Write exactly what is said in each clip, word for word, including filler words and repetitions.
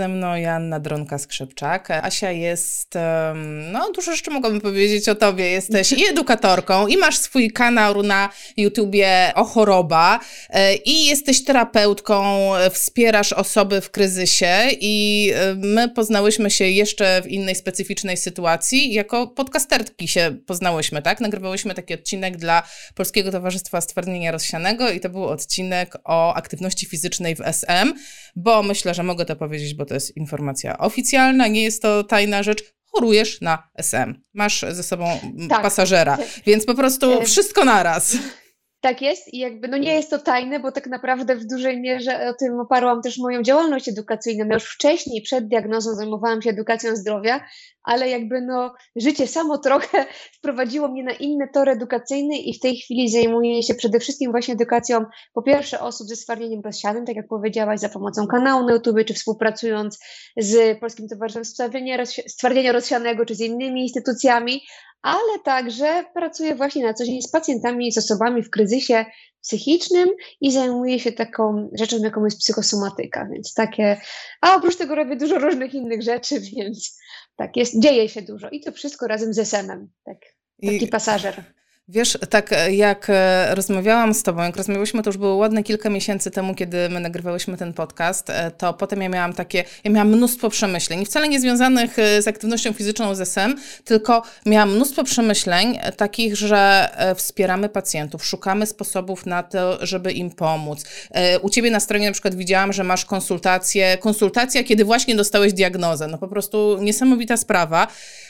ze mną Joanna Dronka-Skrzypczak. Asia jest, no dużo rzeczy mogłabym powiedzieć o tobie. Jesteś i edukatorką, i masz swój kanał na YouTubie o choroba, i jesteś terapeutką, wspierasz osoby w kryzysie i my poznałyśmy się jeszcze w innej specyficznej sytuacji. Jako podcasterki się poznałyśmy, tak? Nagrywałyśmy taki odcinek dla Polskiego Towarzystwa Stwardnienia Rozsianego i to był odcinek o aktywności fizycznej w S M, bo myślę, że mogę to powiedzieć, bo to jest informacja oficjalna, nie jest to tajna rzecz. Chorujesz na S M. Masz ze sobą tak. pasażera, więc po prostu wszystko naraz. Tak jest i jakby no nie jest to tajne, bo tak naprawdę w dużej mierze o tym oparłam też moją działalność edukacyjną. Ja już wcześniej, przed diagnozą zajmowałam się edukacją zdrowia, ale jakby no życie samo trochę wprowadziło mnie na inne tory edukacyjne i w tej chwili zajmuję się przede wszystkim właśnie edukacją po pierwsze osób ze stwardnieniem rozsianym, tak jak powiedziałaś, za pomocą kanału na YouTube, czy współpracując z Polskim Towarzystwem Stwardnienia Rozsianego, czy z innymi instytucjami, ale także pracuję właśnie na co dzień z pacjentami, z osobami w kryzysie psychicznym i zajmuję się taką rzeczą, jaką jest psychosomatyka, więc takie, a oprócz tego robię dużo różnych innych rzeczy, więc tak jest, dzieje się dużo i to wszystko razem z S M-em, tak, taki I... pasażer. Wiesz, tak jak rozmawiałam z tobą, jak rozmawiałyśmy, to już było ładne kilka miesięcy temu, kiedy my nagrywałyśmy ten podcast, to potem ja miałam takie, ja miałam mnóstwo przemyśleń, i wcale nie związanych z aktywnością fizyczną z S M, tylko miałam mnóstwo przemyśleń takich, że wspieramy pacjentów, szukamy sposobów na to, żeby im pomóc. U ciebie na stronie na przykład widziałam, że masz konsultacje, konsultacja, kiedy właśnie dostałeś diagnozę, no po prostu niesamowita sprawa,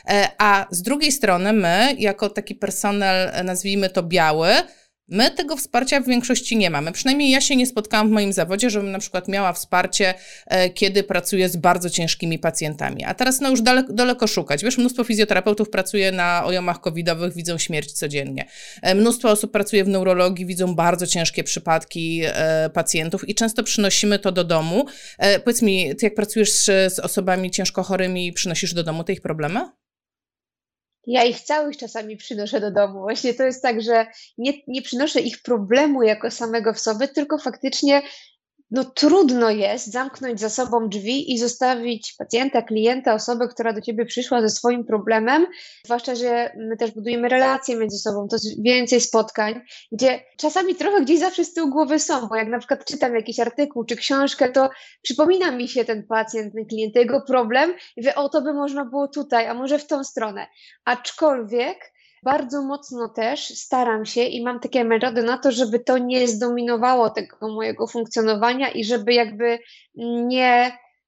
a z drugiej strony my, jako taki personel, nazwijmy to biały, my tego wsparcia w większości nie mamy. Przynajmniej ja się nie spotkałam w moim zawodzie, żebym na przykład miała wsparcie, kiedy pracuję z bardzo ciężkimi pacjentami. A teraz no już daleko, daleko szukać. Wiesz, mnóstwo fizjoterapeutów pracuje na ojomach covidowych, widzą śmierć codziennie. Mnóstwo osób pracuje w neurologii, widzą bardzo ciężkie przypadki pacjentów i często przynosimy to do domu. Powiedz mi, ty jak pracujesz z, z osobami ciężko chorymi, przynosisz do domu te ich problemy? Ja ich całych czasami przynoszę do domu. Właśnie to jest tak, że nie, nie przynoszę ich problemu jako samego w sobie, tylko faktycznie no trudno jest zamknąć za sobą drzwi i zostawić pacjenta, klienta, osobę, która do ciebie przyszła ze swoim problemem, zwłaszcza, że my też budujemy relacje między sobą, to jest więcej spotkań, gdzie czasami trochę gdzieś zawsze z tyłu głowy są, bo jak na przykład czytam jakiś artykuł czy książkę, to przypomina mi się ten pacjent, ten klient, jego problem i mówię, o to by można było tutaj, a może w tą stronę. Aczkolwiek bardzo mocno też staram się i mam takie metody na to, żeby to nie zdominowało tego mojego funkcjonowania i żeby jakby nie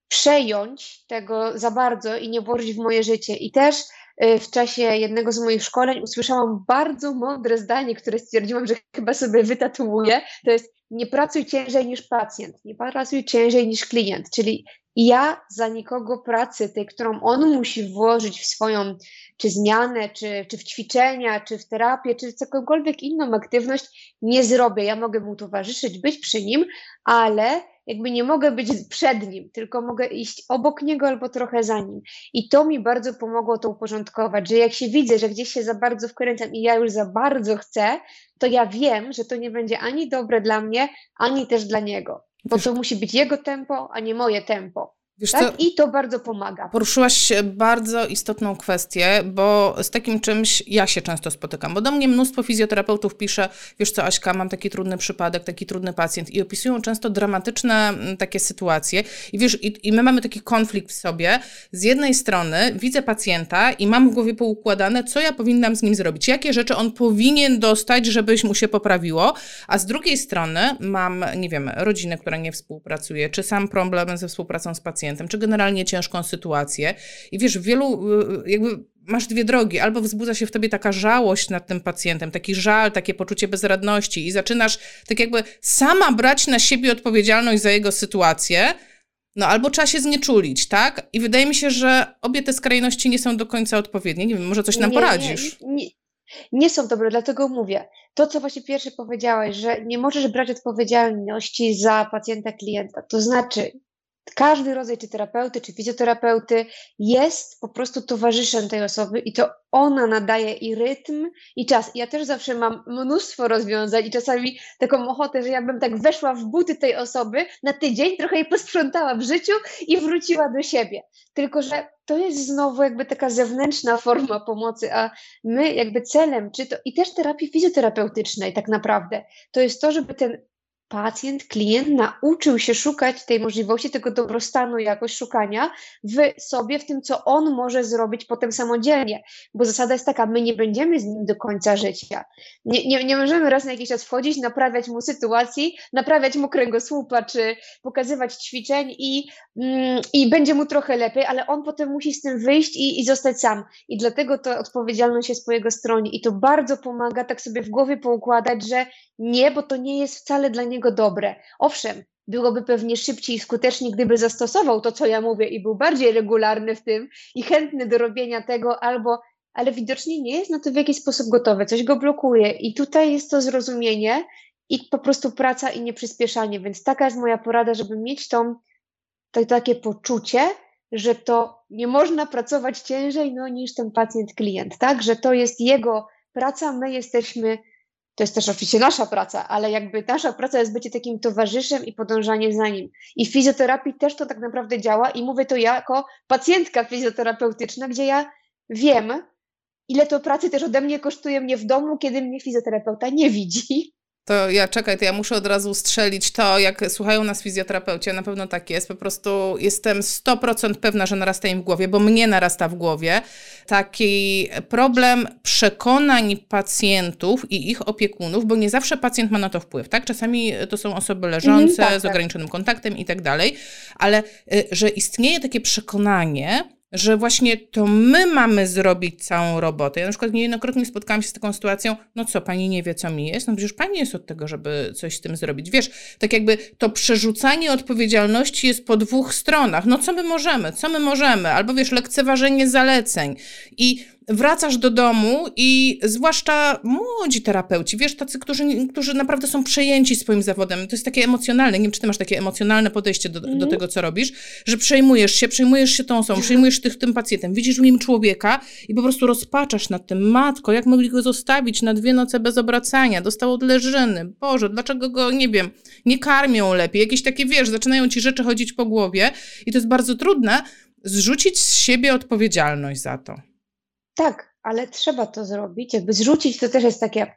przejąć tego za bardzo i nie włożyć w moje życie. I też w czasie jednego z moich szkoleń usłyszałam bardzo mądre zdanie, które stwierdziłam, że chyba sobie wytatuuję. To jest: nie pracuj ciężej niż pacjent, nie pracuj ciężej niż klient. Czyli ja za nikogo pracy, tej, którą on musi włożyć w swoją czy zmianę, czy, czy w ćwiczenia, czy w terapię, czy jakąkolwiek inną aktywność nie zrobię. Ja mogę mu towarzyszyć, być przy nim, ale jakby nie mogę być przed nim, tylko mogę iść obok niego albo trochę za nim. I to mi bardzo pomogło to uporządkować, że jak się widzę, że gdzieś się za bardzo wkręcam i ja już za bardzo chcę, to ja wiem, że to nie będzie ani dobre dla mnie, ani też dla niego. Bo to musi być jego tempo, a nie moje tempo. Wiesz tak? co? I to bardzo pomaga. Poruszyłaś bardzo istotną kwestię, bo z takim czymś ja się często spotykam, bo do mnie mnóstwo fizjoterapeutów pisze: wiesz co, Aśka, mam taki trudny przypadek, taki trudny pacjent, i opisują często dramatyczne takie sytuacje i wiesz, i, i my mamy taki konflikt w sobie. Z jednej strony widzę pacjenta i mam w głowie poukładane, co ja powinnam z nim zrobić, jakie rzeczy on powinien dostać, żebyś mu się poprawiło, a z drugiej strony mam, nie wiem, rodzinę, która nie współpracuje, czy sam problem ze współpracą z pacjentem, czy generalnie ciężką sytuację. I wiesz, w wielu, jakby masz dwie drogi. Albo wzbudza się w tobie taka żałość nad tym pacjentem, taki żal, takie poczucie bezradności i zaczynasz tak jakby sama brać na siebie odpowiedzialność za jego sytuację, no albo trzeba się znieczulić, tak? I wydaje mi się, że obie te skrajności nie są do końca odpowiednie. Nie wiem, może coś nam nie, poradzisz? Nie, nie. Nie są dobre, dlatego mówię. To, co właśnie pierwsze powiedziałaś, że nie możesz brać odpowiedzialności za pacjenta, klienta. To znaczy, każdy rodzaj czy terapeuty, czy fizjoterapeuty jest po prostu towarzyszem tej osoby i to ona nadaje i rytm, i czas. Ja też zawsze mam mnóstwo rozwiązań i czasami taką ochotę, że ja bym tak weszła w buty tej osoby na tydzień, trochę jej posprzątała w życiu i wróciła do siebie. Tylko że to jest znowu jakby taka zewnętrzna forma pomocy, a my jakby celem, czy to i też terapii fizjoterapeutycznej tak naprawdę, to jest to, żeby ten pacjent, klient nauczył się szukać tej możliwości, tego dobrostanu, jakoś szukania w sobie, w tym, co on może zrobić potem samodzielnie. Bo zasada jest taka, my nie będziemy z nim do końca życia. Nie, nie, nie możemy raz na jakiś czas wchodzić, naprawiać mu sytuacji, naprawiać mu kręgosłupa, czy pokazywać ćwiczeń i, mm, i będzie mu trochę lepiej, ale on potem musi z tym wyjść i, i zostać sam. I dlatego ta odpowiedzialność jest po jego stronie i to bardzo pomaga tak sobie w głowie poukładać, że nie, bo to nie jest wcale dla niego dobre. Owszem, byłoby pewnie szybciej i skuteczniej, gdyby zastosował to, co ja mówię i był bardziej regularny w tym i chętny do robienia tego, albo, ale widocznie nie jest na to w jakiś sposób gotowy, coś go blokuje i tutaj jest to zrozumienie i po prostu praca i nieprzyspieszanie, więc taka jest moja porada, żeby mieć tą, to takie poczucie, że to nie można pracować ciężej no, niż ten pacjent, klient, tak, że to jest jego praca, my jesteśmy. To jest też oczywiście nasza praca, ale jakby nasza praca jest bycie takim towarzyszem i podążanie za nim. I w fizjoterapii też to tak naprawdę działa i mówię to ja jako pacjentka fizjoterapeutyczna, gdzie ja wiem, ile to pracy też ode mnie kosztuje mnie w domu, kiedy mnie fizjoterapeuta nie widzi. To ja czekaj, to ja muszę od razu strzelić to, jak słuchają nas fizjoterapeuci, na pewno tak jest, po prostu jestem sto procent pewna, że narasta im w głowie, bo mnie narasta w głowie taki problem przekonań pacjentów i ich opiekunów, bo nie zawsze pacjent ma na to wpływ, tak? Czasami to są osoby leżące, mm, tak, z ograniczonym kontaktem i tak dalej, ale że istnieje takie przekonanie, że właśnie to my mamy zrobić całą robotę. Ja na przykład niejednokrotnie spotkałam się z taką sytuacją, no co, pani nie wie, co mi jest? No przecież pani jest od tego, żeby coś z tym zrobić. Wiesz, tak jakby to przerzucanie odpowiedzialności jest po dwóch stronach. No co my możemy? Co my możemy? Albo wiesz, lekceważenie zaleceń. I wracasz do domu i zwłaszcza młodzi terapeuci, wiesz, tacy, którzy, którzy naprawdę są przejęci swoim zawodem. To jest takie emocjonalne, nie wiem, czy ty masz takie emocjonalne podejście do, mm. do tego, co robisz, że przejmujesz się, przejmujesz się tą osobą, przejmujesz tych, tym pacjentem, widzisz w nim człowieka i po prostu rozpaczasz nad tym, matko, jak mogli go zostawić na dwie noce bez obracania, dostał od leżyny, Boże, dlaczego go, nie wiem, nie karmią lepiej, jakieś takie, wiesz, zaczynają ci rzeczy chodzić po głowie i to jest bardzo trudne, zrzucić z siebie odpowiedzialność za to. Tak, ale trzeba to zrobić, jakby zrzucić to też jest takie,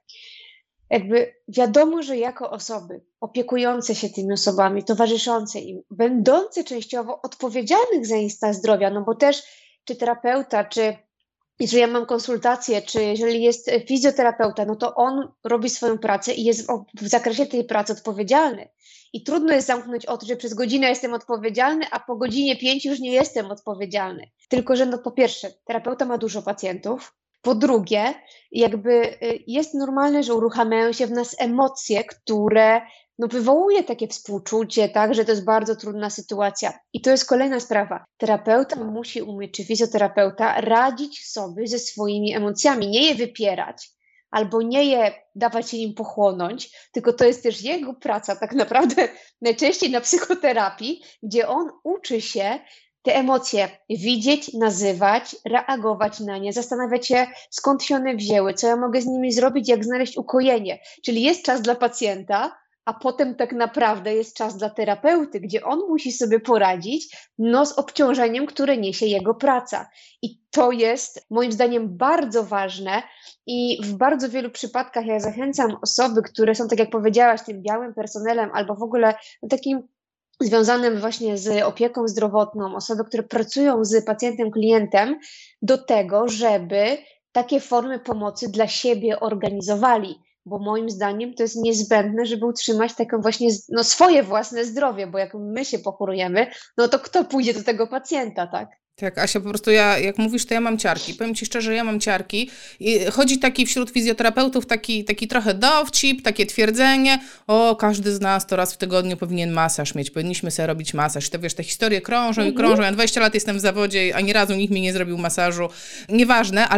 jakby wiadomo, że jako osoby opiekujące się tymi osobami, towarzyszące im, będące częściowo odpowiedzialnych za ich stan zdrowia, no bo też czy terapeuta, czy jeżeli ja mam konsultację, czy jeżeli jest fizjoterapeuta, no to on robi swoją pracę i jest w zakresie tej pracy odpowiedzialny. I trudno jest zamknąć oczy, że przez godzinę jestem odpowiedzialny, a po godzinie pięć już nie jestem odpowiedzialny. Tylko, że no po pierwsze, terapeuta ma dużo pacjentów. Po drugie, jakby jest normalne, że uruchamiają się w nas emocje, które no wywołuje takie współczucie, tak, że to jest bardzo trudna sytuacja. I to jest kolejna sprawa. Terapeuta musi umieć, czy fizjoterapeuta, radzić sobie ze swoimi emocjami, nie je wypierać, albo nie je dawać się nim pochłonąć, tylko to jest też jego praca tak naprawdę najczęściej na psychoterapii, gdzie on uczy się te emocje widzieć, nazywać, reagować na nie, zastanawiać się, skąd się one wzięły, co ja mogę z nimi zrobić, jak znaleźć ukojenie. Czyli jest czas dla pacjenta, a potem tak naprawdę jest czas dla terapeuty, gdzie on musi sobie poradzić no, z obciążeniem, które niesie jego praca. I to jest moim zdaniem bardzo ważne i w bardzo wielu przypadkach ja zachęcam osoby, które są, tak jak powiedziałaś, tym białym personelem albo w ogóle takim związanym właśnie z opieką zdrowotną, osoby, które pracują z pacjentem, klientem, do tego, żeby takie formy pomocy dla siebie organizowali. Bo moim zdaniem to jest niezbędne, żeby utrzymać takie właśnie no, swoje własne zdrowie, bo jak my się pochorujemy, no to kto pójdzie do tego pacjenta, tak? Tak, Asia, po prostu ja, jak mówisz, to ja mam ciarki. Powiem ci szczerze, ja mam ciarki. I chodzi taki wśród fizjoterapeutów taki, taki trochę dowcip, takie twierdzenie, o, każdy z nas to raz w tygodniu powinien masaż mieć, powinniśmy sobie robić masaż. To wiesz, te historie krążą i krążą. Ja dwadzieścia lat jestem w zawodzie, ani razu nikt mi nie zrobił masażu. Nieważne, ale wiesz,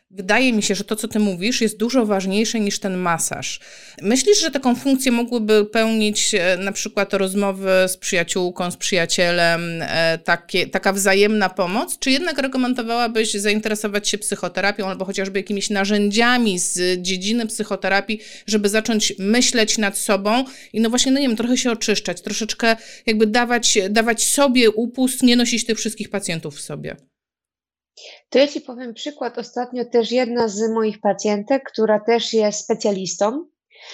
wydaje mi się, że to, co ty mówisz, jest dużo ważniejsze niż ten masaż. Myślisz, że taką funkcję mogłyby pełnić e, na przykład rozmowy z przyjaciółką, z przyjacielem, e, takie, taka wzajemna pomoc, czy jednak rekomendowałabyś zainteresować się psychoterapią albo chociażby jakimiś narzędziami z dziedziny psychoterapii, żeby zacząć myśleć nad sobą i no właśnie, no nie wiem, trochę się oczyszczać, troszeczkę jakby dawać, dawać sobie upust, nie nosić tych wszystkich pacjentów w sobie. To ja Ci powiem przykład. Ostatnio też jedna z moich pacjentek, która też jest specjalistą,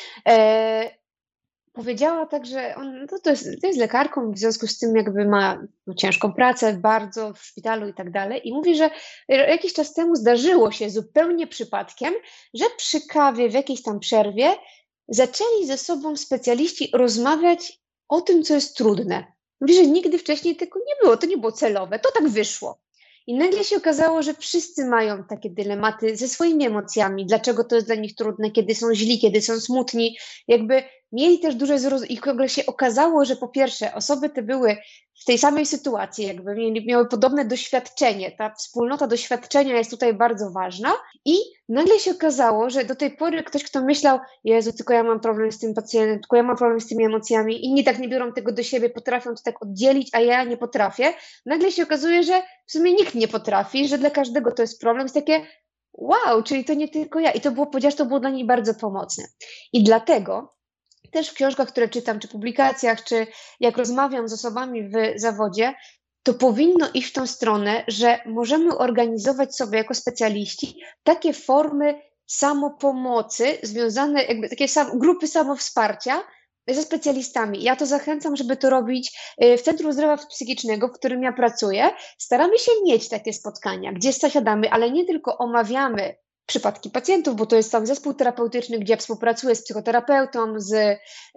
e, powiedziała tak, że on, no to, jest, to jest lekarką, w związku z tym jakby ma no, ciężką pracę bardzo w szpitalu i tak dalej. I mówi, że jakiś czas temu zdarzyło się zupełnie przypadkiem, że przy kawie w jakiejś tam przerwie zaczęli ze sobą specjaliści rozmawiać o tym, co jest trudne. Mówi, że nigdy wcześniej tego nie było, to nie było celowe, to tak wyszło. I nagle się okazało, że wszyscy mają takie dylematy ze swoimi emocjami, dlaczego to jest dla nich trudne, kiedy są źli, kiedy są smutni, jakby mieli też duże zrozumienie i nagle się okazało, że po pierwsze osoby te były w tej samej sytuacji, jakby mieli, miały podobne doświadczenie, ta wspólnota doświadczenia jest tutaj bardzo ważna i nagle się okazało, że do tej pory ktoś, kto myślał, Jezu, tylko ja mam problem z tym pacjentem, tylko ja mam problem z tymi emocjami, inni tak nie biorą tego do siebie, potrafią to tak oddzielić, a ja nie potrafię, nagle się okazuje, że w sumie nikt nie potrafi, że dla każdego to jest problem, jest takie wow, czyli to nie tylko ja i to było, chociaż to było dla niej bardzo pomocne i dlatego też w książkach, które czytam, czy publikacjach, czy jak rozmawiam z osobami w zawodzie, to powinno iść w tą stronę, że możemy organizować sobie jako specjaliści takie formy samopomocy, związane, jakby takie sam, grupy samowsparcia ze specjalistami. Ja to zachęcam, żeby to robić w Centrum Zdrowia Psychicznego, w którym ja pracuję. Staramy się mieć takie spotkania, gdzie zasiadamy, ale nie tylko omawiamy przypadki pacjentów, bo to jest cały zespół terapeutyczny, gdzie ja współpracuję z psychoterapeutą, z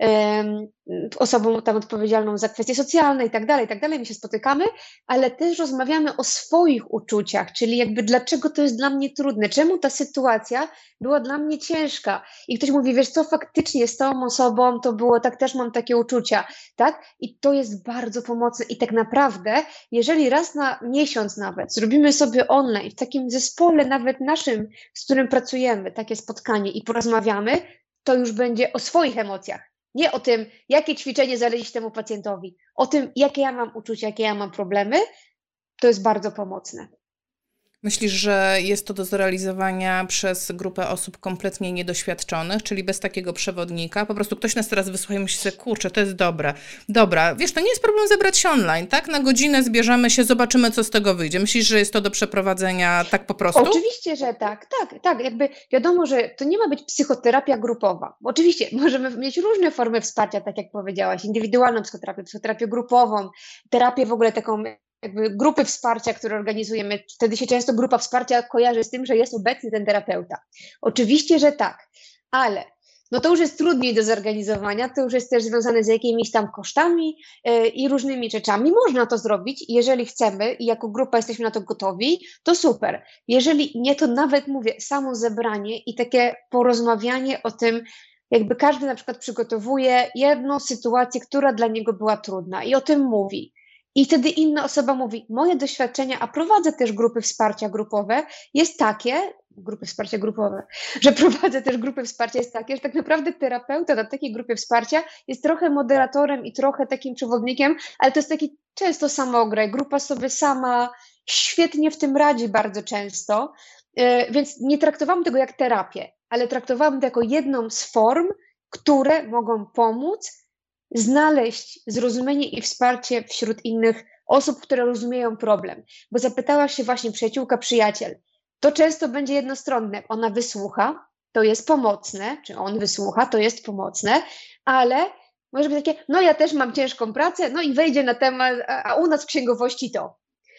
um, osobą tam odpowiedzialną za kwestie socjalne i tak dalej, i tak dalej, my się spotykamy, ale też rozmawiamy o swoich uczuciach, czyli jakby dlaczego to jest dla mnie trudne, czemu ta sytuacja była dla mnie ciężka i ktoś mówi, wiesz co, faktycznie z tą osobą to było, tak też mam takie uczucia, tak? I to jest bardzo pomocne i tak naprawdę, jeżeli raz na miesiąc nawet zrobimy sobie online, w takim zespole nawet naszym, z którym pracujemy, takie spotkanie i porozmawiamy, to już będzie o swoich emocjach. Nie o tym, jakie ćwiczenie zalecić temu pacjentowi, o tym, jakie ja mam uczucia, jakie ja mam problemy, to jest bardzo pomocne. Myślisz, że jest to do zrealizowania przez grupę osób kompletnie niedoświadczonych, czyli bez takiego przewodnika? Po prostu ktoś nas teraz wysłucha i myśli sobie, kurczę, to jest dobre. Dobra, wiesz, to nie jest problem zebrać się online, tak? Na godzinę zbierzemy się, zobaczymy, co z tego wyjdzie. Myślisz, że jest to do przeprowadzenia tak po prostu? Oczywiście, że tak, tak, tak. Jakby wiadomo, że to nie ma być psychoterapia grupowa. Oczywiście możemy mieć różne formy wsparcia, tak jak powiedziałaś, indywidualną psychoterapię, psychoterapię grupową, terapię w ogóle taką jakby grupy wsparcia, które organizujemy. Wtedy się często grupa wsparcia kojarzy z tym, że jest obecny ten terapeuta. Oczywiście, że tak, ale no to już jest trudniej do zorganizowania, to już jest też związane z jakimiś tam kosztami yy, i różnymi rzeczami. Można to zrobić, jeżeli chcemy i jako grupa jesteśmy na to gotowi, to super. Jeżeli nie, to nawet mówię, samo zebranie i takie porozmawianie o tym, jakby każdy na przykład przygotowuje jedną sytuację, która dla niego była trudna i o tym mówi. I wtedy inna osoba mówi, moje doświadczenia, a prowadzę też grupy wsparcia grupowe, jest takie, grupy wsparcia grupowe, że prowadzę też grupy wsparcia jest takie, że tak naprawdę terapeuta na takiej grupie wsparcia jest trochę moderatorem i trochę takim przewodnikiem, ale to jest taki często samograj, grupa sobie sama świetnie w tym radzi bardzo często, yy, więc nie traktowałam tego jak terapię, ale traktowałam to jako jedną z form, które mogą pomóc znaleźć zrozumienie i wsparcie wśród innych osób, które rozumieją problem. Bo zapytałaś się właśnie przyjaciółka, przyjaciel. To często będzie jednostronne. Ona wysłucha, to jest pomocne, czy on wysłucha, to jest pomocne, ale może być takie, no ja też mam ciężką pracę, no i wejdzie na temat, a, a u nas w księgowości to.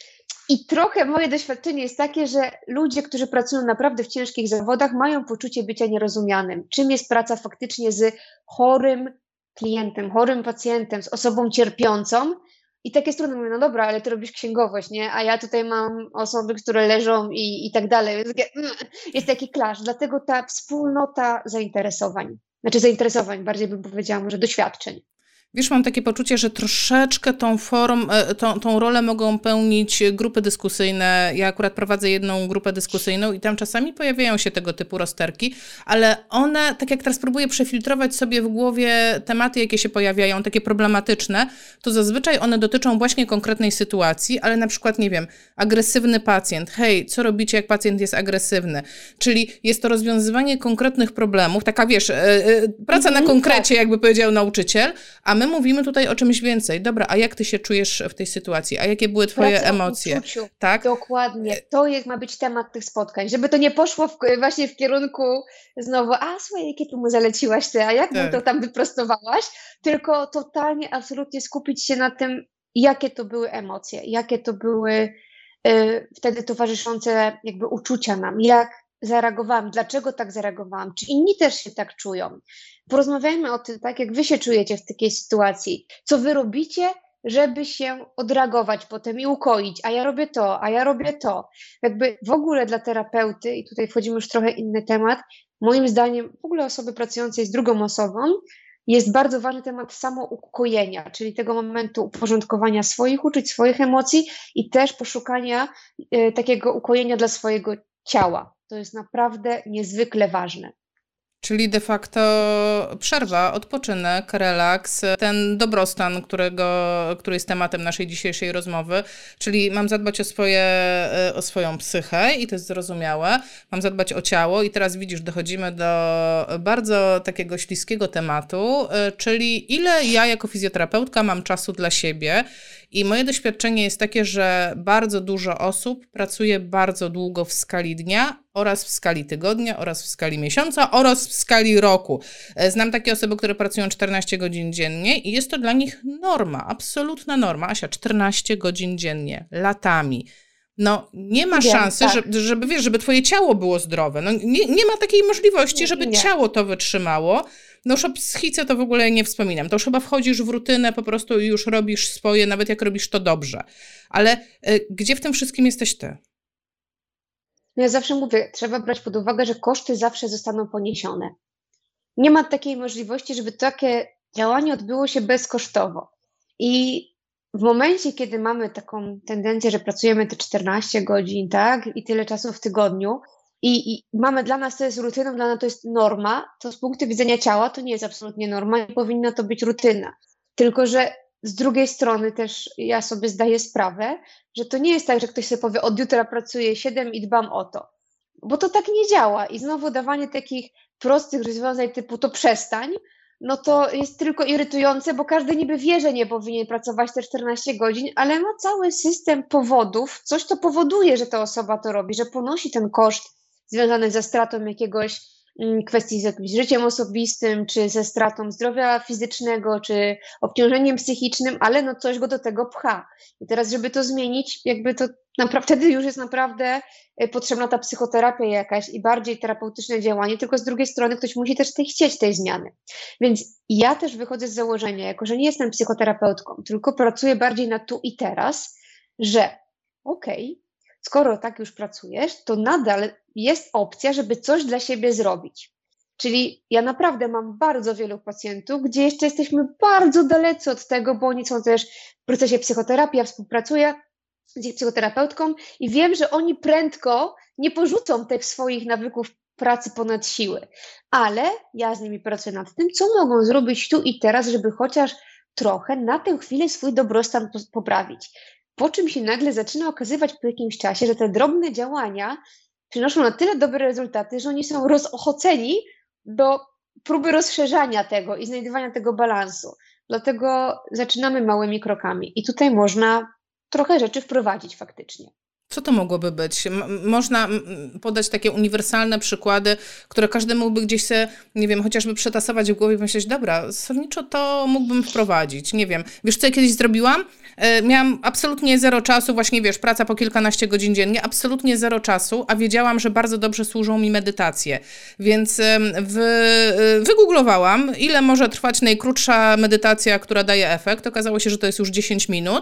I trochę moje doświadczenie jest takie, że ludzie, którzy pracują naprawdę w ciężkich zawodach, mają poczucie bycia nierozumianym. Czym jest praca faktycznie z chorym klientem, chorym pacjentem, z osobą cierpiącą i tak jest trudno, mówię, no dobra, ale ty robisz księgowość, nie? A ja tutaj mam osoby, które leżą i, i tak dalej. Jest, takie, jest taki clash, dlatego ta wspólnota zainteresowań, znaczy zainteresowań, bardziej bym powiedziała może doświadczeń. Wiesz, mam takie poczucie, że troszeczkę tą, form, tą, tą rolę mogą pełnić grupy dyskusyjne. Ja akurat prowadzę jedną grupę dyskusyjną i tam czasami pojawiają się tego typu rozterki, ale one, tak jak teraz próbuję przefiltrować sobie w głowie tematy, jakie się pojawiają, takie problematyczne, to zazwyczaj one dotyczą właśnie konkretnej sytuacji, ale na przykład, nie wiem, agresywny pacjent. Hej, co robicie, jak pacjent jest agresywny? Czyli jest to rozwiązywanie konkretnych problemów, taka wiesz, praca na konkrecie, jakby powiedział nauczyciel, a my mówimy tutaj o czymś więcej. Dobra, a jak ty się czujesz w tej sytuacji? A jakie były twoje Praca emocje? O uczuciu. Tak? Dokładnie. To jest, ma być temat tych spotkań. Żeby to nie poszło w, właśnie w kierunku znowu, a słuchaj, jakie tu mu zaleciłaś ty, a jak mu Tak. to tam wyprostowałaś? Tylko totalnie, absolutnie skupić się na tym, jakie to były emocje, jakie to były y, wtedy towarzyszące jakby uczucia nam, jak zareagowałam, dlaczego tak zareagowałam, czy inni też się tak czują. Porozmawiajmy o tym, tak jak wy się czujecie w takiej sytuacji, co wy robicie, żeby się odreagować potem i ukoić, a ja robię to, a ja robię to. Jakby w ogóle dla terapeuty, i tutaj wchodzimy już w trochę inny temat, moim zdaniem w ogóle osoby pracującej z drugą osobą, jest bardzo ważny temat samoukojenia, czyli tego momentu uporządkowania swoich uczuć, swoich emocji i też poszukania y, takiego ukojenia dla swojego ciała. To jest naprawdę niezwykle ważne. Czyli de facto przerwa, odpoczynek, relaks, ten dobrostan, którego, który jest tematem naszej dzisiejszej rozmowy, czyli mam zadbać o, swoje, o swoją psychę i to jest zrozumiałe, mam zadbać o ciało i teraz widzisz, dochodzimy do bardzo takiego śliskiego tematu, czyli ile ja jako fizjoterapeutka mam czasu dla siebie i moje doświadczenie jest takie, że bardzo dużo osób pracuje bardzo długo w skali dnia oraz w skali tygodnia, oraz w skali miesiąca, oraz w skali roku. Znam takie osoby, które pracują czternaście godzin dziennie i jest to dla nich norma, absolutna norma. Asia, czternaście godzin dziennie, latami. No nie ma Wiem, szansy, tak. żeby, żeby, wiesz, żeby twoje ciało było zdrowe. No, nie, nie ma takiej możliwości, Nie, żeby nie. ciało to wytrzymało. No już o psychice to w ogóle nie wspominam. To już chyba wchodzisz w rutynę po prostu i już robisz swoje, nawet jak robisz to dobrze. Ale y, gdzie w tym wszystkim jesteś ty? No ja zawsze mówię, trzeba brać pod uwagę, że koszty zawsze zostaną poniesione. Nie ma takiej możliwości, żeby takie działanie odbyło się bezkosztowo. I w momencie, kiedy mamy taką tendencję, że pracujemy te czternaście godzin, tak, i tyle czasu w tygodniu, i, i mamy, dla nas to jest rutyną, dla nas to jest norma, to z punktu widzenia ciała to nie jest absolutnie norma, nie powinna to być rutyna. Tylko że z drugiej strony też ja sobie zdaję sprawę, że to nie jest tak, że ktoś sobie powie, od jutra pracuję siedem i dbam o to. Bo to tak nie działa. I znowu dawanie takich prostych rozwiązań typu to przestań, no to jest tylko irytujące, bo każdy niby wie, że nie powinien pracować te czternaście godzin, ale ma cały system powodów, coś to powoduje, że ta osoba to robi, że ponosi ten koszt związany ze stratą jakiegoś kwestii z jakimś życiem osobistym, czy ze stratą zdrowia fizycznego, czy obciążeniem psychicznym, ale no coś go do tego pcha. I teraz, żeby to zmienić, jakby to naprawdę, wtedy już jest naprawdę potrzebna ta psychoterapia jakaś i bardziej terapeutyczne działanie, tylko z drugiej strony ktoś musi też tej, chcieć tej zmiany. Więc ja też wychodzę z założenia, jako że nie jestem psychoterapeutką, tylko pracuję bardziej na tu i teraz, że okej, okay, skoro tak już pracujesz, to nadal jest opcja, żeby coś dla siebie zrobić. Czyli ja naprawdę mam bardzo wielu pacjentów, gdzie jeszcze jesteśmy bardzo dalecy od tego, bo oni są też w procesie psychoterapii, ja współpracuję z ich psychoterapeutką i wiem, że oni prędko nie porzucą tych swoich nawyków pracy ponad siły. Ale ja z nimi pracuję nad tym, co mogą zrobić tu i teraz, żeby chociaż trochę na tę chwilę swój dobrostan poprawić. Po czym się nagle zaczyna okazywać po jakimś czasie, że te drobne działania przynoszą na tyle dobre rezultaty, że oni są rozochoceni do próby rozszerzania tego i znajdywania tego balansu. Dlatego zaczynamy małymi krokami i tutaj można trochę rzeczy wprowadzić faktycznie. Co to mogłoby być? M- można podać takie uniwersalne przykłady, które każdy mógłby gdzieś sobie, nie wiem, chociażby przetasować w głowie i myśleć, dobra, zasadniczo to mógłbym wprowadzić, nie wiem. Wiesz, co ja kiedyś zrobiłam? E, miałam absolutnie zero czasu, właśnie wiesz, praca po kilkanaście godzin dziennie, absolutnie zero czasu, a wiedziałam, że bardzo dobrze służą mi medytacje. Więc e, wy, wygooglowałam, ile może trwać najkrótsza medytacja, która daje efekt. Okazało się, że to jest już dziesięć minut.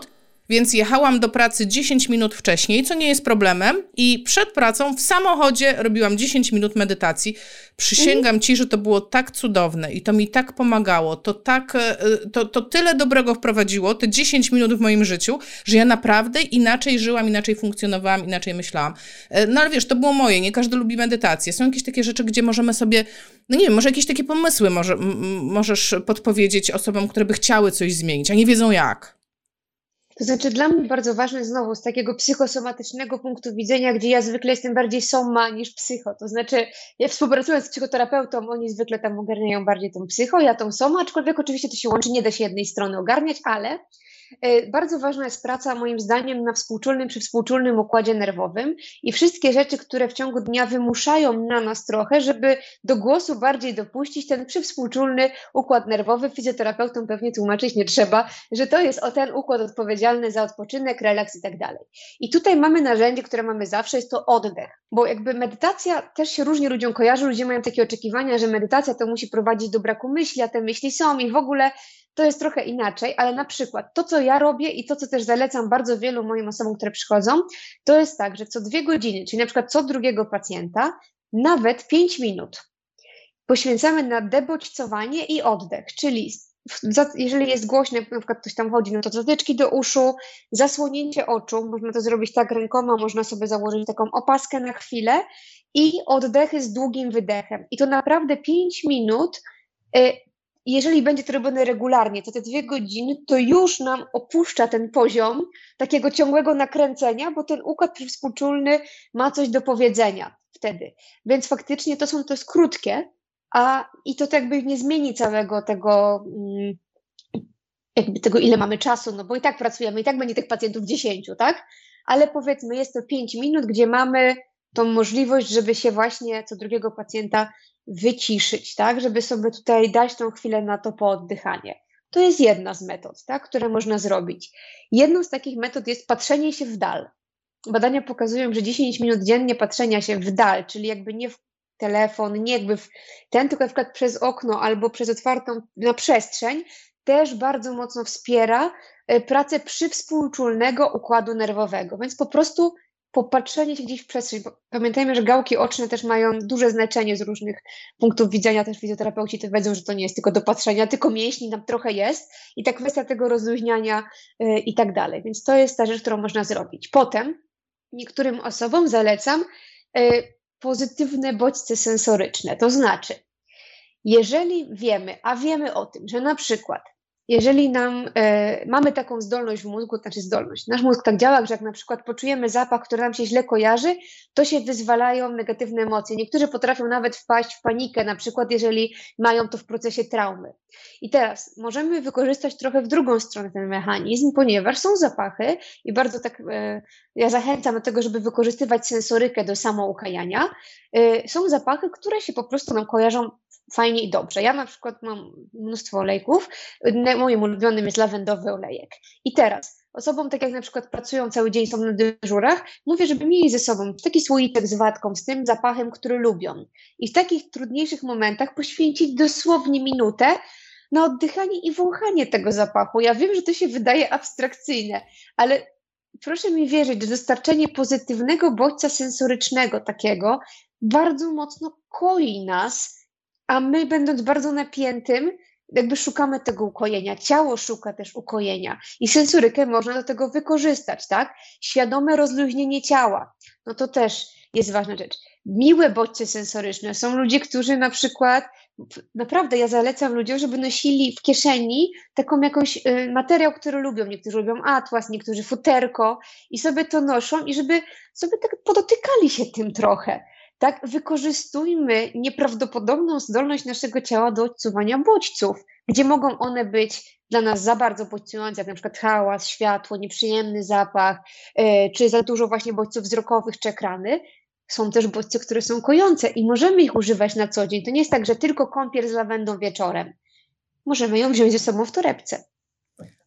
Więc jechałam do pracy dziesięć minut wcześniej, co nie jest problemem, i przed pracą w samochodzie robiłam dziesięć minut medytacji. Przysięgam Ci, że to było tak cudowne i to mi tak pomagało, to, tak, to, to tyle dobrego wprowadziło, te dziesięć minut w moim życiu, że ja naprawdę inaczej żyłam, inaczej funkcjonowałam, inaczej myślałam. No ale wiesz, to było moje, nie każdy lubi medytację. Są jakieś takie rzeczy, gdzie możemy sobie, no nie wiem, może jakieś takie pomysły może, m- możesz podpowiedzieć osobom, które by chciały coś zmienić, a nie wiedzą jak. To znaczy dla mnie bardzo ważne znowu z takiego psychosomatycznego punktu widzenia, gdzie ja zwykle jestem bardziej soma niż psycho. To znaczy ja współpracując z psychoterapeutą, oni zwykle tam ogarniają bardziej tą psycho, ja tą soma, aczkolwiek oczywiście to się łączy, nie da się jednej strony ogarniać, ale y, bardzo ważna jest praca moim zdaniem na współczulnym czy współczulnym układzie nerwowym i wszystkie rzeczy, które w ciągu dnia wymuszają na nas trochę, żeby do głosu bardziej dopuścić ten przywspółczulny układ nerwowy. Fizjoterapeutom pewnie tłumaczyć nie trzeba, że to jest o ten układ odpowiedzialny za odpoczynek, relaks i tak dalej. I tutaj mamy narzędzie, które mamy zawsze, jest to oddech, bo jakby medytacja też się różnie ludziom kojarzy, ludzie mają takie oczekiwania, że medytacja to musi prowadzić do braku myśli, a te myśli są i w ogóle to jest trochę inaczej, ale na przykład to, co ja robię i to, co też zalecam bardzo wielu moim osobom, które przychodzą, to jest tak, że co dwie godziny, czyli na przykład co drugiego pacjenta, nawet pięć minut poświęcamy na debodźcowanie i oddech, czyli jeżeli jest głośno, na przykład ktoś tam chodzi, no to zatyczki do uszu, zasłonięcie oczu, można to zrobić tak rękoma, można sobie założyć taką opaskę na chwilę i oddechy z długim wydechem. I to naprawdę pięć minut, jeżeli będzie to robione regularnie, to te dwie godziny, to już nam opuszcza ten poziom takiego ciągłego nakręcenia, bo ten układ przywspółczulny ma coś do powiedzenia wtedy. Więc faktycznie to są to jest krótkie, a i to jakby nie zmieni całego tego, jakby tego, ile mamy czasu, no bo i tak pracujemy, i tak będzie tych pacjentów dziesięciu, tak? Ale powiedzmy, jest to pięć minut, gdzie mamy tą możliwość, żeby się właśnie co drugiego pacjenta wyciszyć, tak? Żeby sobie tutaj dać tą chwilę na to pooddychanie. To jest jedna z metod, tak? Które można zrobić. Jedną z takich metod jest patrzenie się w dal. Badania pokazują, że dziesięć minut dziennie patrzenia się w dal, czyli jakby nie w telefon, nie jakby w ten, tylko na przykład przez okno albo przez otwartą na przestrzeń, też bardzo mocno wspiera pracę przywspółczulnego układu nerwowego. Więc po prostu popatrzenie się gdzieś w przestrzeń. Pamiętajmy, że gałki oczne też mają duże znaczenie z różnych punktów widzenia. Też fizjoterapeuci to wiedzą, że to nie jest tylko do patrzenia, tylko mięśni tam trochę jest i ta kwestia tego rozluźniania yy, i tak dalej. Więc to jest ta rzecz, którą można zrobić. Potem niektórym osobom zalecam yy, pozytywne bodźce sensoryczne. To znaczy, jeżeli wiemy, a wiemy o tym, że na przykład jeżeli nam, e, mamy taką zdolność w mózgu, to znaczy zdolność, nasz mózg tak działa, że jak na przykład poczujemy zapach, który nam się źle kojarzy, to się wyzwalają negatywne emocje. Niektórzy potrafią nawet wpaść w panikę, na przykład jeżeli mają to w procesie traumy. I teraz możemy wykorzystać trochę w drugą stronę ten mechanizm, ponieważ są zapachy i bardzo tak, e, ja zachęcam do tego, żeby wykorzystywać sensorykę do samoukajania. E, są zapachy, które się po prostu nam kojarzą fajnie i dobrze. Ja na przykład mam mnóstwo olejków. Moim ulubionym jest lawendowy olejek. I teraz osobom, tak jak na przykład pracują cały dzień, są na dyżurach, mówię, żeby mieli ze sobą taki słoiczek z watką, z tym zapachem, który lubią. I w takich trudniejszych momentach poświęcić dosłownie minutę na oddychanie i wąchanie tego zapachu. Ja wiem, że to się wydaje abstrakcyjne, ale proszę mi wierzyć, że dostarczenie pozytywnego bodźca sensorycznego takiego bardzo mocno koi nas, a my, będąc bardzo napiętym, jakby szukamy tego ukojenia. Ciało szuka też ukojenia i sensorykę można do tego wykorzystać, tak? Świadome rozluźnienie ciała, no to też jest ważna rzecz. Miłe bodźce sensoryczne. Są ludzie, którzy na przykład, naprawdę ja zalecam ludziom, żeby nosili w kieszeni taką jakąś y, materiał, który lubią. Niektórzy lubią atlas, niektórzy futerko i sobie to noszą i żeby sobie tak podotykali się tym trochę. Tak, wykorzystujmy nieprawdopodobną zdolność naszego ciała do odczuwania bodźców, gdzie mogą one być dla nas za bardzo bodźcujące, jak na przykład hałas, światło, nieprzyjemny zapach, yy, czy za dużo właśnie bodźców wzrokowych czy ekrany. Są też bodźce, które są kojące i możemy ich używać na co dzień. To nie jest tak, że tylko kąpiel z lawendą wieczorem. Możemy ją wziąć ze sobą w torebce.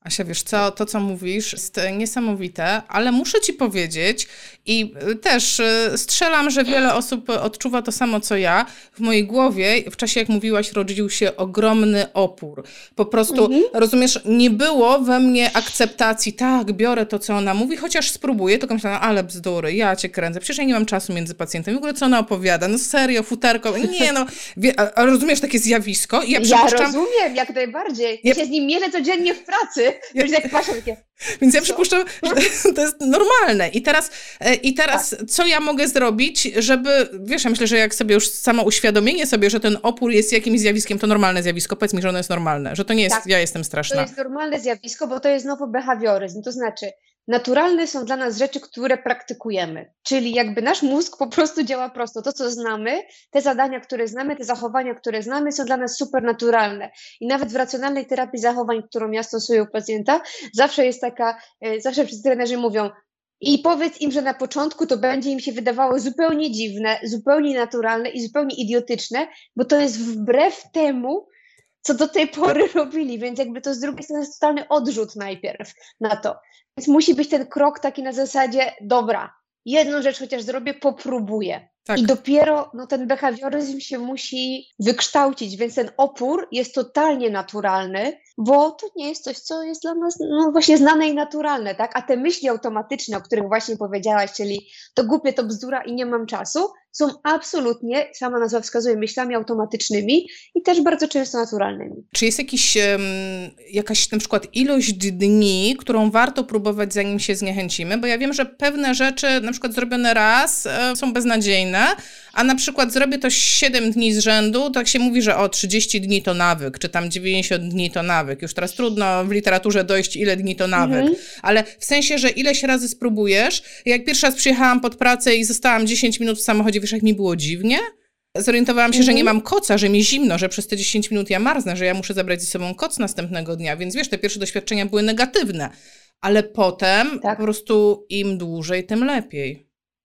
Asia, wiesz co, to co mówisz jest niesamowite, ale muszę ci powiedzieć i też strzelam, że wiele osób odczuwa to samo co ja. W mojej głowie w czasie jak mówiłaś rodził się ogromny opór. Po prostu, mhm. rozumiesz, nie było we mnie akceptacji, tak, biorę to co ona mówi, chociaż spróbuję, tylko myślałam, ale bzdury, ja cię kręcę, przecież ja nie mam czasu między pacjentem, w ogóle co ona opowiada, no serio, futerko, nie no, wie, a, a rozumiesz takie zjawisko? I ja, ja rozumiem, jak najbardziej, ja się z nim mielę codziennie w pracy. Ja, jak patrzę, takie, więc ja przypuszczam, że to jest normalne. I teraz, i teraz tak. co ja mogę zrobić, żeby, wiesz, ja myślę, że jak sobie już samo uświadomienie sobie, że ten opór jest jakimś zjawiskiem, to normalne zjawisko. Powiedz mi, że ono jest normalne, że to nie jest, tak. ja jestem straszna. To jest normalne zjawisko, bo to jest znowu behawioryzm. To znaczy, naturalne są dla nas rzeczy, które praktykujemy. Czyli jakby nasz mózg po prostu działa prosto. To, co znamy, te zadania, które znamy, te zachowania, które znamy, są dla nas super naturalne. I nawet w racjonalnej terapii zachowań, którą ja stosuję u pacjenta, zawsze jest taka, zawsze wszyscy trenerzy mówią, i powiedz im, że na początku to będzie im się wydawało zupełnie dziwne, zupełnie naturalne i zupełnie idiotyczne, bo to jest wbrew temu, co do tej pory robili, więc jakby to z drugiej strony jest totalny odrzut najpierw na to. Więc musi być ten krok taki na zasadzie, dobra, jedną rzecz chociaż zrobię, popróbuję. Tak. I dopiero no, ten behawioryzm się musi wykształcić, więc ten opór jest totalnie naturalny, bo to nie jest coś, co jest dla nas no, właśnie znane i naturalne, tak? A te myśli automatyczne, o których właśnie powiedziałaś, czyli to głupie, to bzdura i nie mam czasu, są absolutnie, sama nazwa wskazuje, myślami automatycznymi i też bardzo często naturalnymi. Czy jest jakiś, um, jakaś na przykład ilość dni, którą warto próbować, zanim się zniechęcimy? Bo ja wiem, że pewne rzeczy, na przykład zrobione raz, e, są beznadziejne, a na przykład zrobię to siedem dni z rzędu, tak się mówi, że o trzydzieści dni to nawyk, czy tam dziewięćdziesiąt dni to nawyk. Już teraz trudno w literaturze dojść, ile dni to nawyk. Mhm. Ale w sensie, że ileś razy spróbujesz. Jak pierwszy raz przyjechałam pod pracę i zostałam dziesięć minut w samochodzie, wiesz, jak mi było dziwnie? Zorientowałam się, mhm. że nie mam koca, że mi zimno, że przez te dziesięć minut ja marznę, że ja muszę zabrać ze sobą koc następnego dnia. Więc wiesz, te pierwsze doświadczenia były negatywne. Ale potem tak. po prostu im dłużej, tym lepiej.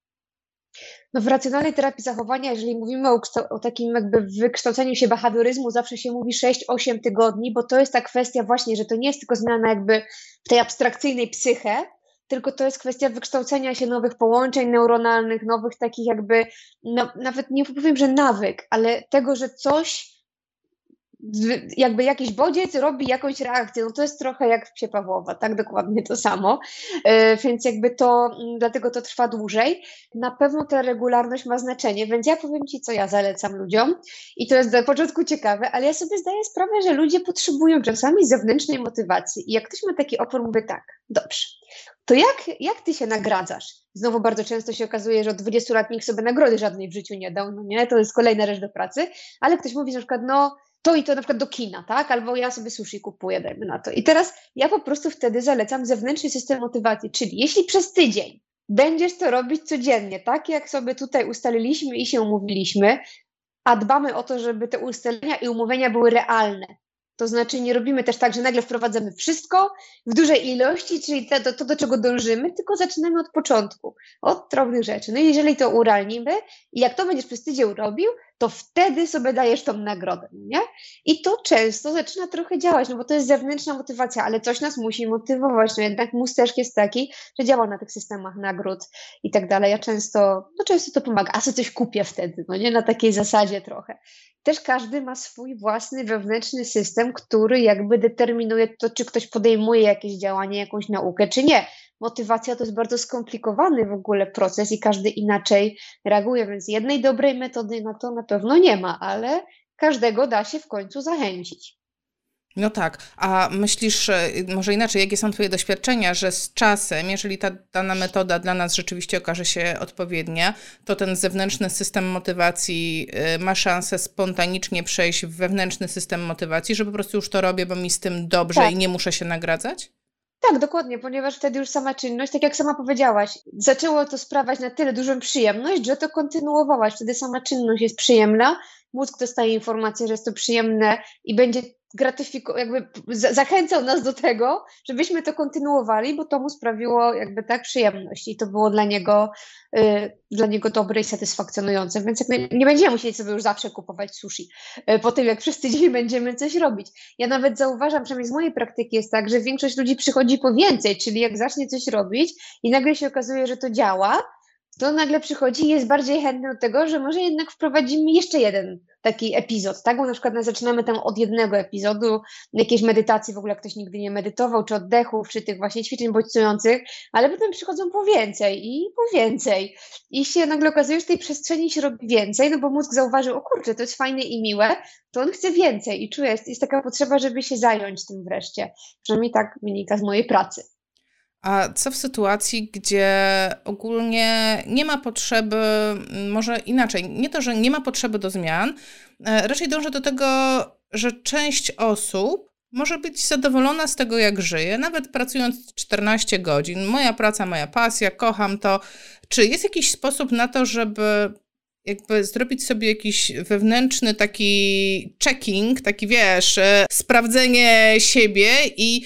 No w racjonalnej terapii zachowania, jeżeli mówimy o, o takim jakby wykształceniu się behawioryzmu, zawsze się mówi sześć osiem tygodni, bo to jest ta kwestia właśnie, że to nie jest tylko zmiana jakby w tej abstrakcyjnej psyche, tylko to jest kwestia wykształcenia się nowych połączeń neuronalnych, nowych takich jakby, no, nawet nie powiem, że nawyk, ale tego, że coś, jakby jakiś bodziec robi jakąś reakcję, no to jest trochę jak w psie Pawłowa, tak dokładnie to samo, yy, więc jakby to, dlatego to trwa dłużej. Na pewno ta regularność ma znaczenie, więc ja powiem Ci, co ja zalecam ludziom i to jest na początku ciekawe, ale ja sobie zdaję sprawę, że ludzie potrzebują czasami zewnętrznej motywacji i jak ktoś ma taki opór, mówię tak, dobrze, to jak, jak Ty się nagradzasz? Znowu bardzo często się okazuje, że od dwudziestu lat nikt sobie nagrody żadnej w życiu nie dał, no nie, to jest kolejna rzecz do pracy, ale ktoś mówi na przykład, no to i to na przykład do kina, tak? Albo ja sobie sushi kupuję, dajmy na to. I teraz ja po prostu wtedy zalecam zewnętrzny system motywacji, czyli jeśli przez tydzień będziesz to robić codziennie, tak jak sobie tutaj ustaliliśmy i się umówiliśmy, a dbamy o to, żeby te ustalenia i umówienia były realne. To znaczy nie robimy też tak, że nagle wprowadzamy wszystko w dużej ilości, czyli to, to, to do czego dążymy, tylko zaczynamy od początku, od drobnych rzeczy. No i jeżeli to urealnimy i jak to będziesz przez tydzień robił, to wtedy sobie dajesz tą nagrodę, nie? I to często zaczyna trochę działać, no bo to jest zewnętrzna motywacja, ale coś nas musi motywować, no jednak mózg też jest taki, że działa na tych systemach nagród i tak dalej. Ja często, no często to pomaga, a sobie coś kupię wtedy, no nie? Na takiej zasadzie trochę. Też każdy ma swój własny wewnętrzny system, który jakby determinuje to, czy ktoś podejmuje jakieś działanie, jakąś naukę, czy nie. Motywacja to jest bardzo skomplikowany w ogóle proces i każdy inaczej reaguje, więc jednej dobrej metody na to na pewno nie ma, ale każdego da się w końcu zachęcić. No tak, a myślisz, może inaczej, jakie są Twoje doświadczenia, że z czasem, jeżeli ta dana metoda dla nas rzeczywiście okaże się odpowiednia, to ten zewnętrzny system motywacji ma szansę spontanicznie przejść w wewnętrzny system motywacji, że po prostu już to robię, bo mi z tym dobrze tak. i nie muszę się nagradzać? Tak, dokładnie, ponieważ wtedy już sama czynność, tak jak sama powiedziałaś, zaczęło to sprawiać na tyle dużą przyjemność, że to kontynuowałaś. Wtedy sama czynność jest przyjemna, mózg dostaje informację, że jest to przyjemne i będzie gratyfiko- jakby zachęcał nas do tego, żebyśmy to kontynuowali, bo to mu sprawiło jakby tak przyjemność i to było dla niego, y, dla niego dobre i satysfakcjonujące, więc jakby nie będziemy musieli sobie już zawsze kupować sushi y, po tym, jak wszyscy dziś będziemy coś robić. Ja nawet zauważam, przynajmniej z mojej praktyki jest tak, że większość ludzi przychodzi po więcej, czyli jak zacznie coś robić i nagle się okazuje, że to działa, to nagle przychodzi i jest bardziej chętny do tego, że może jednak wprowadzimy jeszcze jeden taki epizod, tak? Bo na przykład zaczynamy tam od jednego epizodu, jakiejś medytacji, w ogóle ktoś nigdy nie medytował, czy oddechów, czy tych właśnie ćwiczeń bodźcujących, ale potem przychodzą po więcej i po więcej. I się nagle okazuje, że tej przestrzeni się robi więcej, no bo mózg zauważył, o kurczę, to jest fajne i miłe, to on chce więcej i czuje, jest, jest taka potrzeba, żeby się zająć tym wreszcie. Przynajmniej tak wynika z mojej pracy. A co w sytuacji, gdzie ogólnie nie ma potrzeby, może inaczej, nie to, że nie ma potrzeby do zmian, raczej dążę do tego, że część osób może być zadowolona z tego, jak żyje, nawet pracując czternaście godzin. Moja praca, moja pasja, kocham to. Czy jest jakiś sposób na to, żeby jakby zrobić sobie jakiś wewnętrzny taki checking, taki wiesz, sprawdzenie siebie i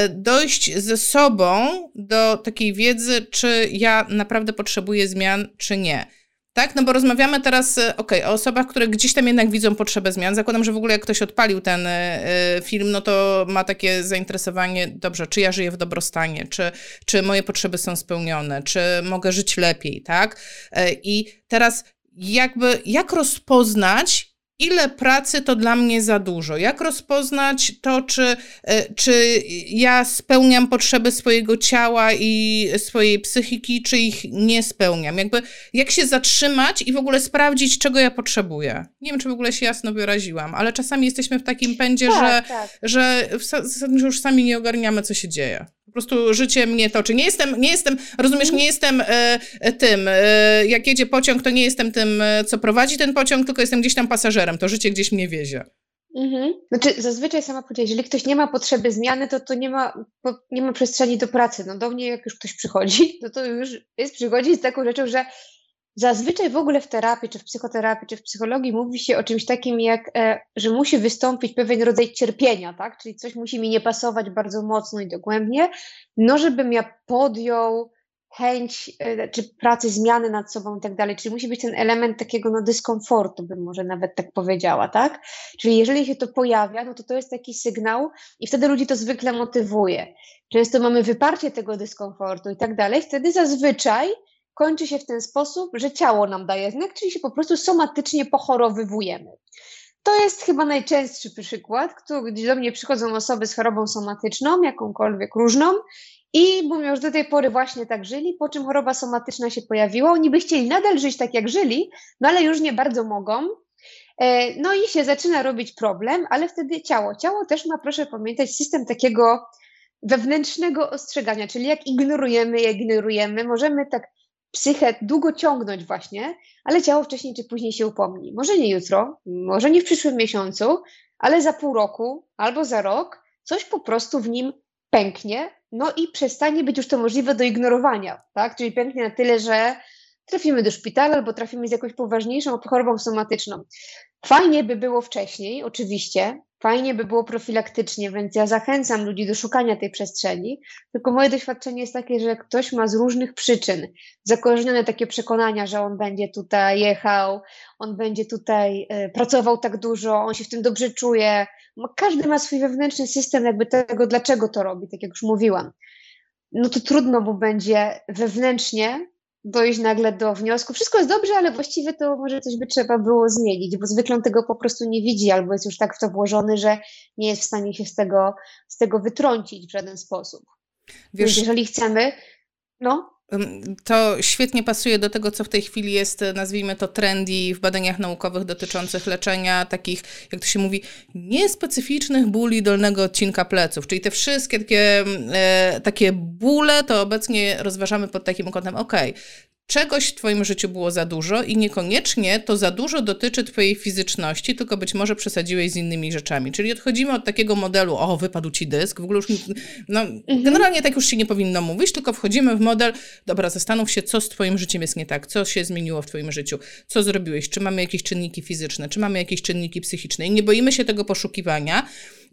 dojść ze sobą do takiej wiedzy, czy ja naprawdę potrzebuję zmian, czy nie. Tak, no bo rozmawiamy teraz, okej, o osobach, które gdzieś tam jednak widzą potrzebę zmian. Zakładam, że w ogóle jak ktoś odpalił ten y, film, no to ma takie zainteresowanie, dobrze, czy ja żyję w dobrostanie, czy, czy moje potrzeby są spełnione, czy mogę żyć lepiej, tak? Y, I teraz jakby, jak rozpoznać, ile pracy to dla mnie za dużo? Jak rozpoznać to, czy, czy ja spełniam potrzeby swojego ciała i swojej psychiki, czy ich nie spełniam? Jakby, jak się zatrzymać i w ogóle sprawdzić, czego ja potrzebuję? Nie wiem, czy w ogóle się jasno wyraziłam, ale czasami jesteśmy w takim pędzie, tak, że, tak. że w zasadzie już sami nie ogarniamy, co się dzieje. Po prostu życie mnie toczy. Nie jestem, nie jestem, rozumiesz, nie jestem e, tym, e, jak jedzie pociąg, to nie jestem tym, co prowadzi ten pociąg, tylko jestem gdzieś tam pasażerem. To życie gdzieś mnie wiezie. Mhm. Znaczy, zazwyczaj sama powiedzieć, jeżeli ktoś nie ma potrzeby zmiany, to, to nie ma, nie ma przestrzeni do pracy. No do mnie, jak już ktoś przychodzi, to to już jest przychodzi z taką rzeczą, że zazwyczaj w ogóle w terapii, czy w psychoterapii, czy w psychologii mówi się o czymś takim jak, e, że musi wystąpić pewien rodzaj cierpienia, tak? Czyli coś musi mi nie pasować bardzo mocno i dogłębnie, no żebym ja podjął chęć, e, czy pracy, zmiany nad sobą i tak dalej. Czyli musi być ten element takiego no dyskomfortu, bym może nawet tak powiedziała, tak? Czyli jeżeli się to pojawia, no to to jest taki sygnał i wtedy ludzi to zwykle motywuje. Często mamy wyparcie tego dyskomfortu i tak dalej, wtedy zazwyczaj kończy się w ten sposób, że ciało nam daje znak, czyli się po prostu somatycznie pochorowywujemy. To jest chyba najczęstszy przykład, gdzie do mnie przychodzą osoby z chorobą somatyczną, jakąkolwiek różną i mówią, że do tej pory właśnie tak żyli, po czym choroba somatyczna się pojawiła. Oni by chcieli nadal żyć tak, jak żyli, no ale już nie bardzo mogą. No i się zaczyna robić problem, ale wtedy ciało. Ciało też ma, proszę pamiętać, system takiego wewnętrznego ostrzegania, czyli jak ignorujemy, jak ignorujemy, możemy tak psychę długo ciągnąć właśnie, ale ciało wcześniej czy później się upomni. Może nie jutro, może nie w przyszłym miesiącu, ale za pół roku albo za rok coś po prostu w nim pęknie, no i przestanie być już to możliwe do ignorowania, tak? Czyli pęknie na tyle, że trafimy do szpitala albo trafimy z jakąś poważniejszą chorobą somatyczną. Fajnie by było wcześniej, oczywiście, fajnie by było profilaktycznie, więc ja zachęcam ludzi do szukania tej przestrzeni, tylko moje doświadczenie jest takie, że jak ktoś ma z różnych przyczyn zakorzenione takie przekonania, że on będzie tutaj jechał, on będzie tutaj y, pracował tak dużo, on się w tym dobrze czuje, każdy ma swój wewnętrzny system jakby tego, dlaczego to robi, tak jak już mówiłam. No to trudno mu będzie wewnętrznie dojść nagle do wniosku, wszystko jest dobrze, ale właściwie to może coś by trzeba było zmienić, bo zwykle on tego po prostu nie widzi, albo jest już tak w to włożony, że nie jest w stanie się z tego, z tego wytrącić w żaden sposób. Wiesz, więc jeżeli chcemy, no... To świetnie pasuje do tego, co w tej chwili jest, nazwijmy to trendy w badaniach naukowych dotyczących leczenia takich, jak to się mówi, niespecyficznych bóli dolnego odcinka pleców. Czyli te wszystkie takie, e, takie bóle to obecnie rozważamy pod takim kątem, okej, okay, czegoś w twoim życiu było za dużo i niekoniecznie to za dużo dotyczy twojej fizyczności, tylko być może przesadziłeś z innymi rzeczami. Czyli odchodzimy od takiego modelu, o, wypadł ci dysk, w ogóle już, no, mhm. generalnie tak już się nie powinno mówić, tylko wchodzimy w model, dobra, zastanów się, co z twoim życiem jest nie tak, co się zmieniło w twoim życiu, co zrobiłeś, czy mamy jakieś czynniki fizyczne, czy mamy jakieś czynniki psychiczne i nie boimy się tego poszukiwania.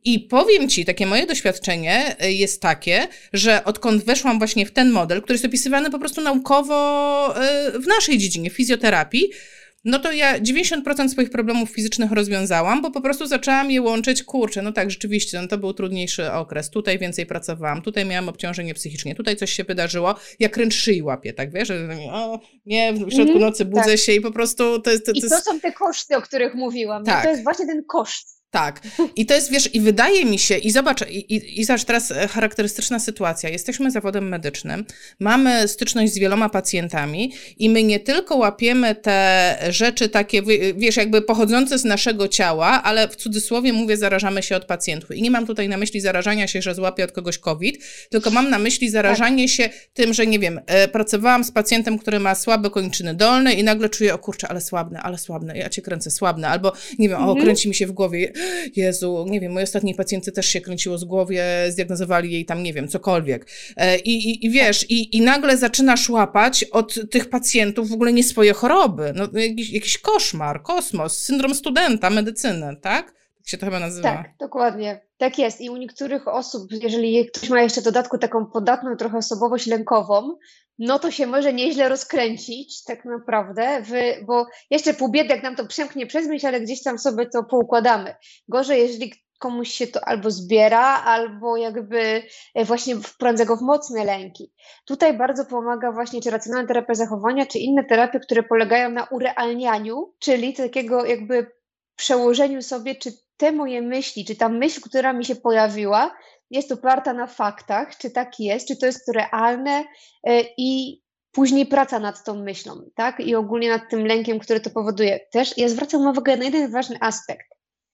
I powiem Ci, takie moje doświadczenie jest takie, że odkąd weszłam właśnie w ten model, który jest opisywany po prostu naukowo w naszej dziedzinie, w fizjoterapii, no to ja dziewięćdziesiąt procent swoich problemów fizycznych rozwiązałam, bo po prostu zaczęłam je łączyć, kurczę, no tak, rzeczywiście, no to był trudniejszy okres, tutaj więcej pracowałam, tutaj miałam obciążenie psychicznie, tutaj coś się wydarzyło, ja kręcz szyi łapię, tak, wiesz, że o, nie, w środku mm, nocy budzę tak. się i po prostu to jest... To, to I to jest... są te koszty, o których mówiłam, tak. No to jest właśnie ten koszt. Tak. I to jest, wiesz, i wydaje mi się, i zobacz, i, i, i zobacz teraz charakterystyczna sytuacja. Jesteśmy zawodem medycznym, mamy styczność z wieloma pacjentami i my nie tylko łapiemy te rzeczy takie, wiesz, jakby pochodzące z naszego ciała, ale w cudzysłowie mówię, zarażamy się od pacjentów. I nie mam tutaj na myśli zarażania się, że złapię od kogoś COVID, tylko mam na myśli zarażanie tak. się tym, że nie wiem, pracowałam z pacjentem, który ma słabe kończyny dolne i nagle czuję, o kurczę, ale słabne, ale słabne, ja cię kręcę, słabne, albo nie wiem, mhm. o, kręci mi się w głowie. Jezu, nie wiem, mojej ostatniej pacjentce też się kręciło z głowie, zdiagnozowali jej tam, nie wiem, cokolwiek. I, i, i wiesz, i, i nagle zaczynasz łapać od tych pacjentów w ogóle nie swoje choroby. No, jakiś, jakiś koszmar, kosmos, syndrom studenta medycyny, tak? Tak się to chyba nazywa. Tak, dokładnie. Tak jest. I u niektórych osób, jeżeli ktoś ma jeszcze w dodatku taką podatną trochę osobowość lękową, no to się może nieźle rozkręcić tak naprawdę, w, bo jeszcze pół biedy, jak nam to przemknie przez myśl, ale gdzieś tam sobie to poukładamy. Gorzej, jeżeli komuś się to albo zbiera, albo jakby właśnie wprowadza go w mocne lęki. Tutaj bardzo pomaga właśnie czy racjonalna terapia zachowania, czy inne terapie, które polegają na urealnianiu, czyli takiego jakby przełożeniu sobie, czy te moje myśli, czy ta myśl, która mi się pojawiła, jest oparta na faktach, czy tak jest, czy to jest realne i później praca nad tą myślą, tak? I ogólnie nad tym lękiem, który to powoduje. Też ja zwracam uwagę na jeden ważny aspekt.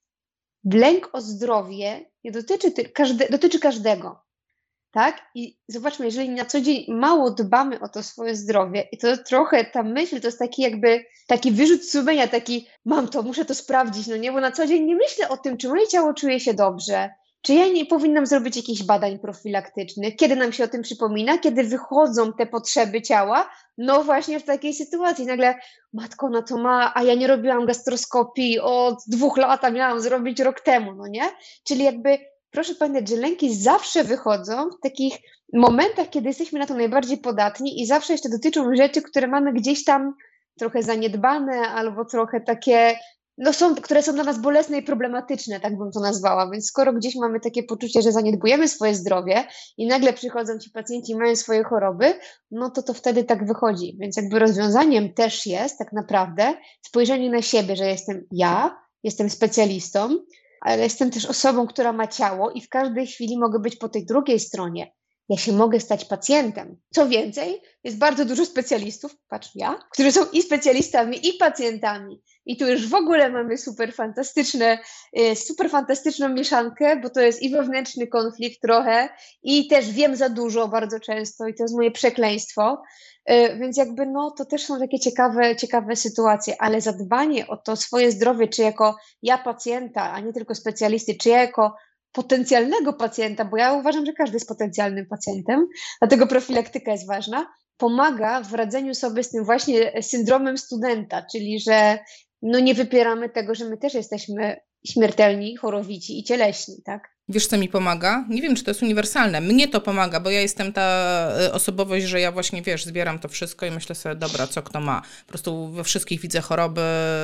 Lęk o zdrowie nie dotyczy, każde, dotyczy każdego, tak? I zobaczmy, jeżeli na co dzień mało dbamy o to swoje zdrowie i to trochę ta myśl to jest taki jakby taki wyrzut sumienia, taki mam to, muszę to sprawdzić, no nie, bo na co dzień nie myślę o tym, czy moje ciało czuje się dobrze, czy ja nie powinnam zrobić jakichś badań profilaktycznych, kiedy nam się o tym przypomina, kiedy wychodzą te potrzeby ciała, no właśnie w takiej sytuacji nagle matko, ona to ma, a ja nie robiłam gastroskopii od dwóch lat, a miałam zrobić rok temu, no nie? Czyli jakby proszę pamiętać, że lęki zawsze wychodzą w takich momentach, kiedy jesteśmy na to najbardziej podatni i zawsze jeszcze dotyczą rzeczy, które mamy gdzieś tam trochę zaniedbane albo trochę takie, no są, które są dla nas bolesne i problematyczne, tak bym to nazwała. Więc skoro gdzieś mamy takie poczucie, że zaniedbujemy swoje zdrowie i nagle przychodzą ci pacjenci i mają swoje choroby, no to to wtedy tak wychodzi. Więc jakby rozwiązaniem też jest tak naprawdę spojrzenie na siebie, że jestem ja, jestem specjalistą, ale jestem też osobą, która ma ciało i w każdej chwili mogę być po tej drugiej stronie. Ja się mogę stać pacjentem. Co więcej, jest bardzo dużo specjalistów, patrz ja, którzy są i specjalistami, i pacjentami. I tu już w ogóle mamy super fantastyczne, super fantastyczną mieszankę, bo to jest i wewnętrzny konflikt trochę, i też wiem za dużo bardzo często i to jest moje przekleństwo. Więc jakby no to też są takie ciekawe, ciekawe sytuacje, ale zadbanie o to swoje zdrowie, czy jako ja pacjenta, a nie tylko specjalisty, czy ja jako potencjalnego pacjenta, bo ja uważam, że każdy jest potencjalnym pacjentem, dlatego profilaktyka jest ważna, pomaga w radzeniu sobie z tym właśnie syndromem studenta, czyli że no nie wypieramy tego, że my też jesteśmy śmiertelni, chorowici i cieleśni, tak? Wiesz, co mi pomaga? Nie wiem, czy to jest uniwersalne. Mnie to pomaga, bo ja jestem ta osobowość, że ja właśnie, wiesz, zbieram to wszystko i myślę sobie, dobra, co kto ma. Po prostu we wszystkich widzę choroby,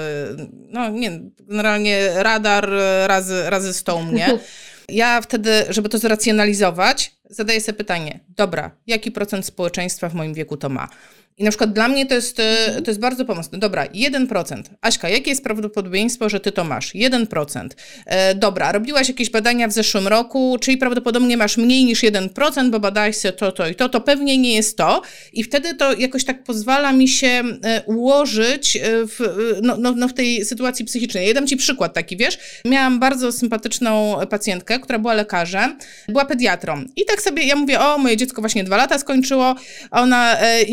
no nie, generalnie radar razy, razy sto u mnie. Ja wtedy, żeby to zracjonalizować, zadaję sobie pytanie, dobra, jaki procent społeczeństwa w moim wieku to ma? I na przykład dla mnie to jest, to jest bardzo pomocne. Dobra, jeden procent. Aśka, jakie jest prawdopodobieństwo, że ty to masz? jeden procent. E, dobra, robiłaś jakieś badania w zeszłym roku, czyli prawdopodobnie masz mniej niż jeden procent, bo badałaś się to, to i to, to pewnie nie jest to. I wtedy to jakoś tak pozwala mi się ułożyć w, no, no, no w tej sytuacji psychicznej. Ja dam ci przykład taki, wiesz. Miałam bardzo sympatyczną pacjentkę, która była lekarzem, była pediatrą. I tak sobie, ja mówię, o, moje dziecko właśnie dwa lata skończyło. Ona, e, i mówię, przez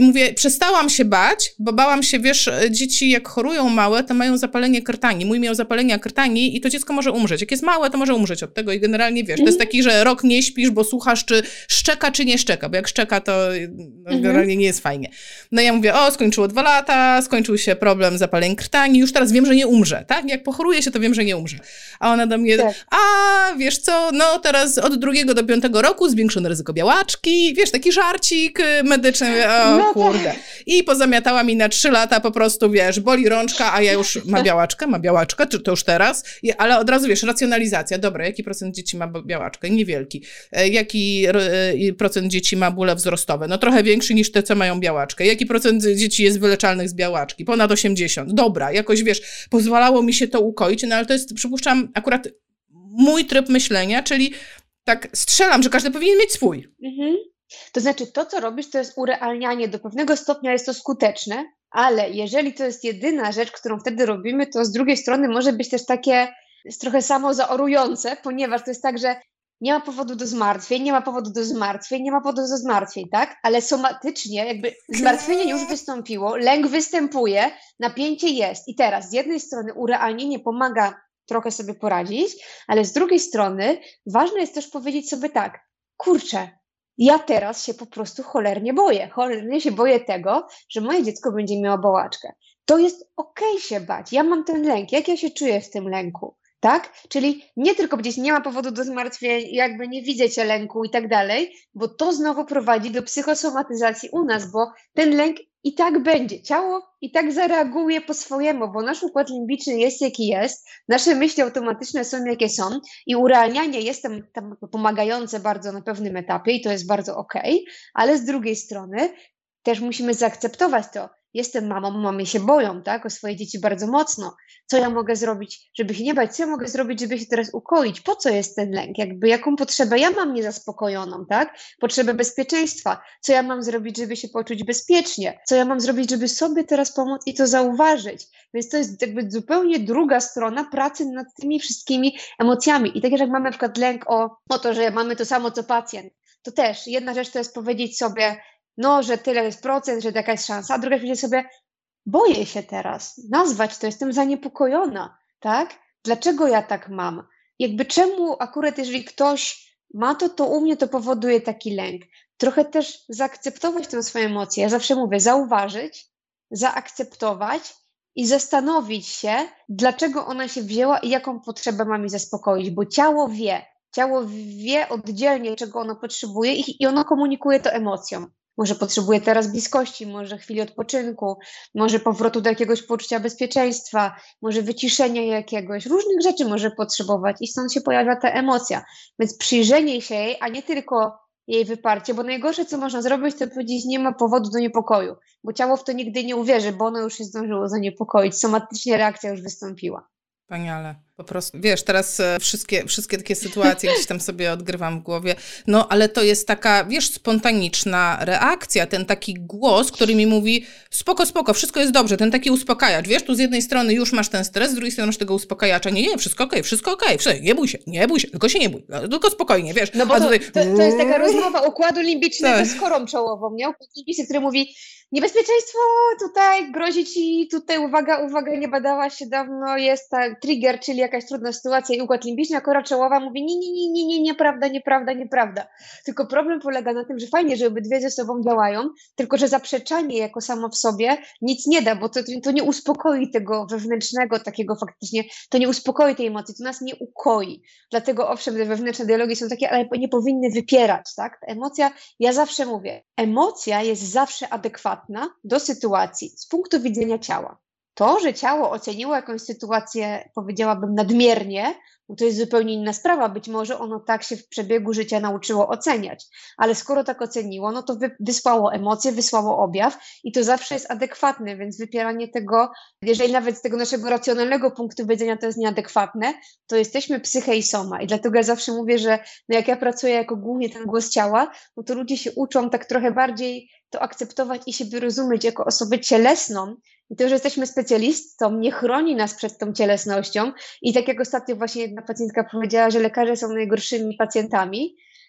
przestałam się bać, bo bałam się, wiesz, dzieci jak chorują małe, to mają zapalenie krtani. Mój miał zapalenie krtani i to dziecko może umrzeć. Jak jest małe, to może umrzeć od tego i generalnie, wiesz, to jest taki, że rok nie śpisz, bo słuchasz, czy szczeka, czy nie szczeka, bo jak szczeka, to no, generalnie nie jest fajnie. No ja mówię, o, skończyło dwa lata, skończył się problem zapaleń krtani, już teraz wiem, że nie umrze, tak? Jak pochoruje się, to wiem, że nie umrze. A ona do mnie, tak. a wiesz co, no teraz od drugiego do piątego roku zwiększone ryzyko białaczki, wiesz, taki żarcik medyczny, o no kurde. Tak. I pozamiatała mi na trzy lata po prostu, wiesz, boli rączka, a ja już, ma białaczkę, ma białaczkę, czy to już teraz, ale od razu, wiesz, racjonalizacja, dobra, jaki procent dzieci ma białaczkę? Niewielki. Jaki procent dzieci ma bóle wzrostowe? No trochę większy niż te, co mają białaczkę. Jaki procent dzieci jest wyleczalnych z białaczki? Ponad osiemdziesiąt. Dobra, jakoś, wiesz, pozwalało mi się to ukoić, no ale to jest, przypuszczam, akurat mój tryb myślenia, czyli tak strzelam, że każdy powinien mieć swój. Mhm. To znaczy to, co robisz, to jest urealnianie. Do pewnego stopnia jest to skuteczne, ale jeżeli to jest jedyna rzecz, którą wtedy robimy, to z drugiej strony może być też takie jest trochę samozaorujące, ponieważ to jest tak, że nie ma powodu do zmartwień, nie ma powodu do zmartwień, nie ma powodu do zmartwień, tak? Ale somatycznie jakby zmartwienie już wystąpiło, lęk występuje, napięcie jest. I teraz z jednej strony urealnienie pomaga trochę sobie poradzić, ale z drugiej strony ważne jest też powiedzieć sobie tak, kurczę, ja teraz się po prostu cholernie boję. Cholernie się boję tego, że moje dziecko będzie miało białaczkę. To jest okej się bać. Ja mam ten lęk. Jak ja się czuję w tym lęku? Tak? Czyli nie tylko gdzieś nie ma powodu do zmartwień, jakby nie widzę cię lęku i tak dalej, bo to znowu prowadzi do psychosomatyzacji u nas, bo ten lęk i tak będzie. Ciało i tak zareaguje po swojemu, bo nasz układ limbiczny jest jaki jest, nasze myśli automatyczne są jakie są i urealnianie jest tam, tam pomagające bardzo na pewnym etapie i to jest bardzo okej, ale z drugiej strony też musimy zaakceptować to. Jestem mamą, mamy się boją, tak, o swoje dzieci bardzo mocno. Co ja mogę zrobić, żeby się nie bać? Co ja mogę zrobić, żeby się teraz ukoić? Po co jest ten lęk? Jakby jaką potrzebę ja mam niezaspokojoną, tak? Potrzebę bezpieczeństwa. Co ja mam zrobić, żeby się poczuć bezpiecznie? Co ja mam zrobić, żeby sobie teraz pomóc i to zauważyć? Więc to jest jakby zupełnie druga strona pracy nad tymi wszystkimi emocjami. I tak jak mamy na przykład lęk o, o to, że mamy to samo co pacjent, to też jedna rzecz to jest powiedzieć sobie, no, że tyle jest procent, że taka jest szansa, a druga rzecz sobie, boję się teraz, nazwać to, jestem zaniepokojona, tak? Dlaczego ja tak mam? Jakby czemu akurat jeżeli ktoś ma to, to u mnie to powoduje taki lęk. Trochę też zaakceptować tę swoją emocję. Ja zawsze mówię, zauważyć, zaakceptować i zastanowić się, dlaczego ona się wzięła i jaką potrzebę ma mi zaspokoić, bo ciało wie, ciało wie oddzielnie, czego ono potrzebuje i, i ono komunikuje to emocjom. Może potrzebuje teraz bliskości, może chwili odpoczynku, może powrotu do jakiegoś poczucia bezpieczeństwa, może wyciszenia jakiegoś, różnych rzeczy może potrzebować i stąd się pojawia ta emocja. Więc przyjrzenie się jej, a nie tylko jej wyparcie, bo najgorsze, co można zrobić, to powiedzieć, nie ma powodu do niepokoju, bo ciało w to nigdy nie uwierzy, bo ono już się zdążyło zaniepokoić, somatycznie reakcja już wystąpiła. Wspaniale. Po prostu, wiesz, teraz e, wszystkie, wszystkie takie sytuacje gdzieś tam sobie odgrywam w głowie, no ale to jest taka, wiesz, spontaniczna reakcja, ten taki głos, który mi mówi, spoko, spoko, wszystko jest dobrze, ten taki uspokajacz, wiesz, tu z jednej strony już masz ten stres, z drugiej strony masz tego uspokajacza, nie, nie, wszystko okej, okay, wszystko okej, okay, nie bój się, nie bój się, tylko się nie bój, tylko spokojnie, wiesz. No bo to, tutaj... to, to jest taka rozmowa układu limbicznego tak. z korą czołową, nie? Układ limbiczny, który mówi, niebezpieczeństwo tutaj grozi ci, tutaj uwaga, uwaga, nie badała się dawno, jest ta trigger, czyli jakaś trudna sytuacja i układ limbiczny, a kora czołowa mówi nie, nie, nie, nie, nie, nieprawda, nieprawda, nieprawda. Tylko problem polega na tym, że fajnie, że obydwie ze sobą działają, tylko że zaprzeczanie jako samo w sobie nic nie da, bo to, to nie uspokoi tego wewnętrznego takiego faktycznie, to nie uspokoi tej emocji, to nas nie ukoi. Dlatego owszem, te wewnętrzne dialogi są takie, ale nie powinny wypierać, tak? Ta emocja, ja zawsze mówię, emocja jest zawsze adekwatna do sytuacji z punktu widzenia ciała. To, że ciało oceniło jakąś sytuację, powiedziałabym, nadmiernie, bo to jest zupełnie inna sprawa. Być może ono tak się w przebiegu życia nauczyło oceniać, ale skoro tak oceniło, no to wy, wysłało emocje, wysłało objaw i to zawsze jest adekwatne, więc wypieranie tego, jeżeli nawet z tego naszego racjonalnego punktu widzenia to jest nieadekwatne, to jesteśmy psyche i soma i dlatego ja zawsze mówię, że no jak ja pracuję jako głównie ten głos ciała, no to ludzie się uczą tak trochę bardziej to akceptować i się wyrozumieć jako osobę cielesną. I to, że jesteśmy specjalistą, nie chroni nas przed tą cielesnością. I tak jak ostatnio właśnie jedna pacjentka powiedziała, że lekarze są najgorszymi pacjentami,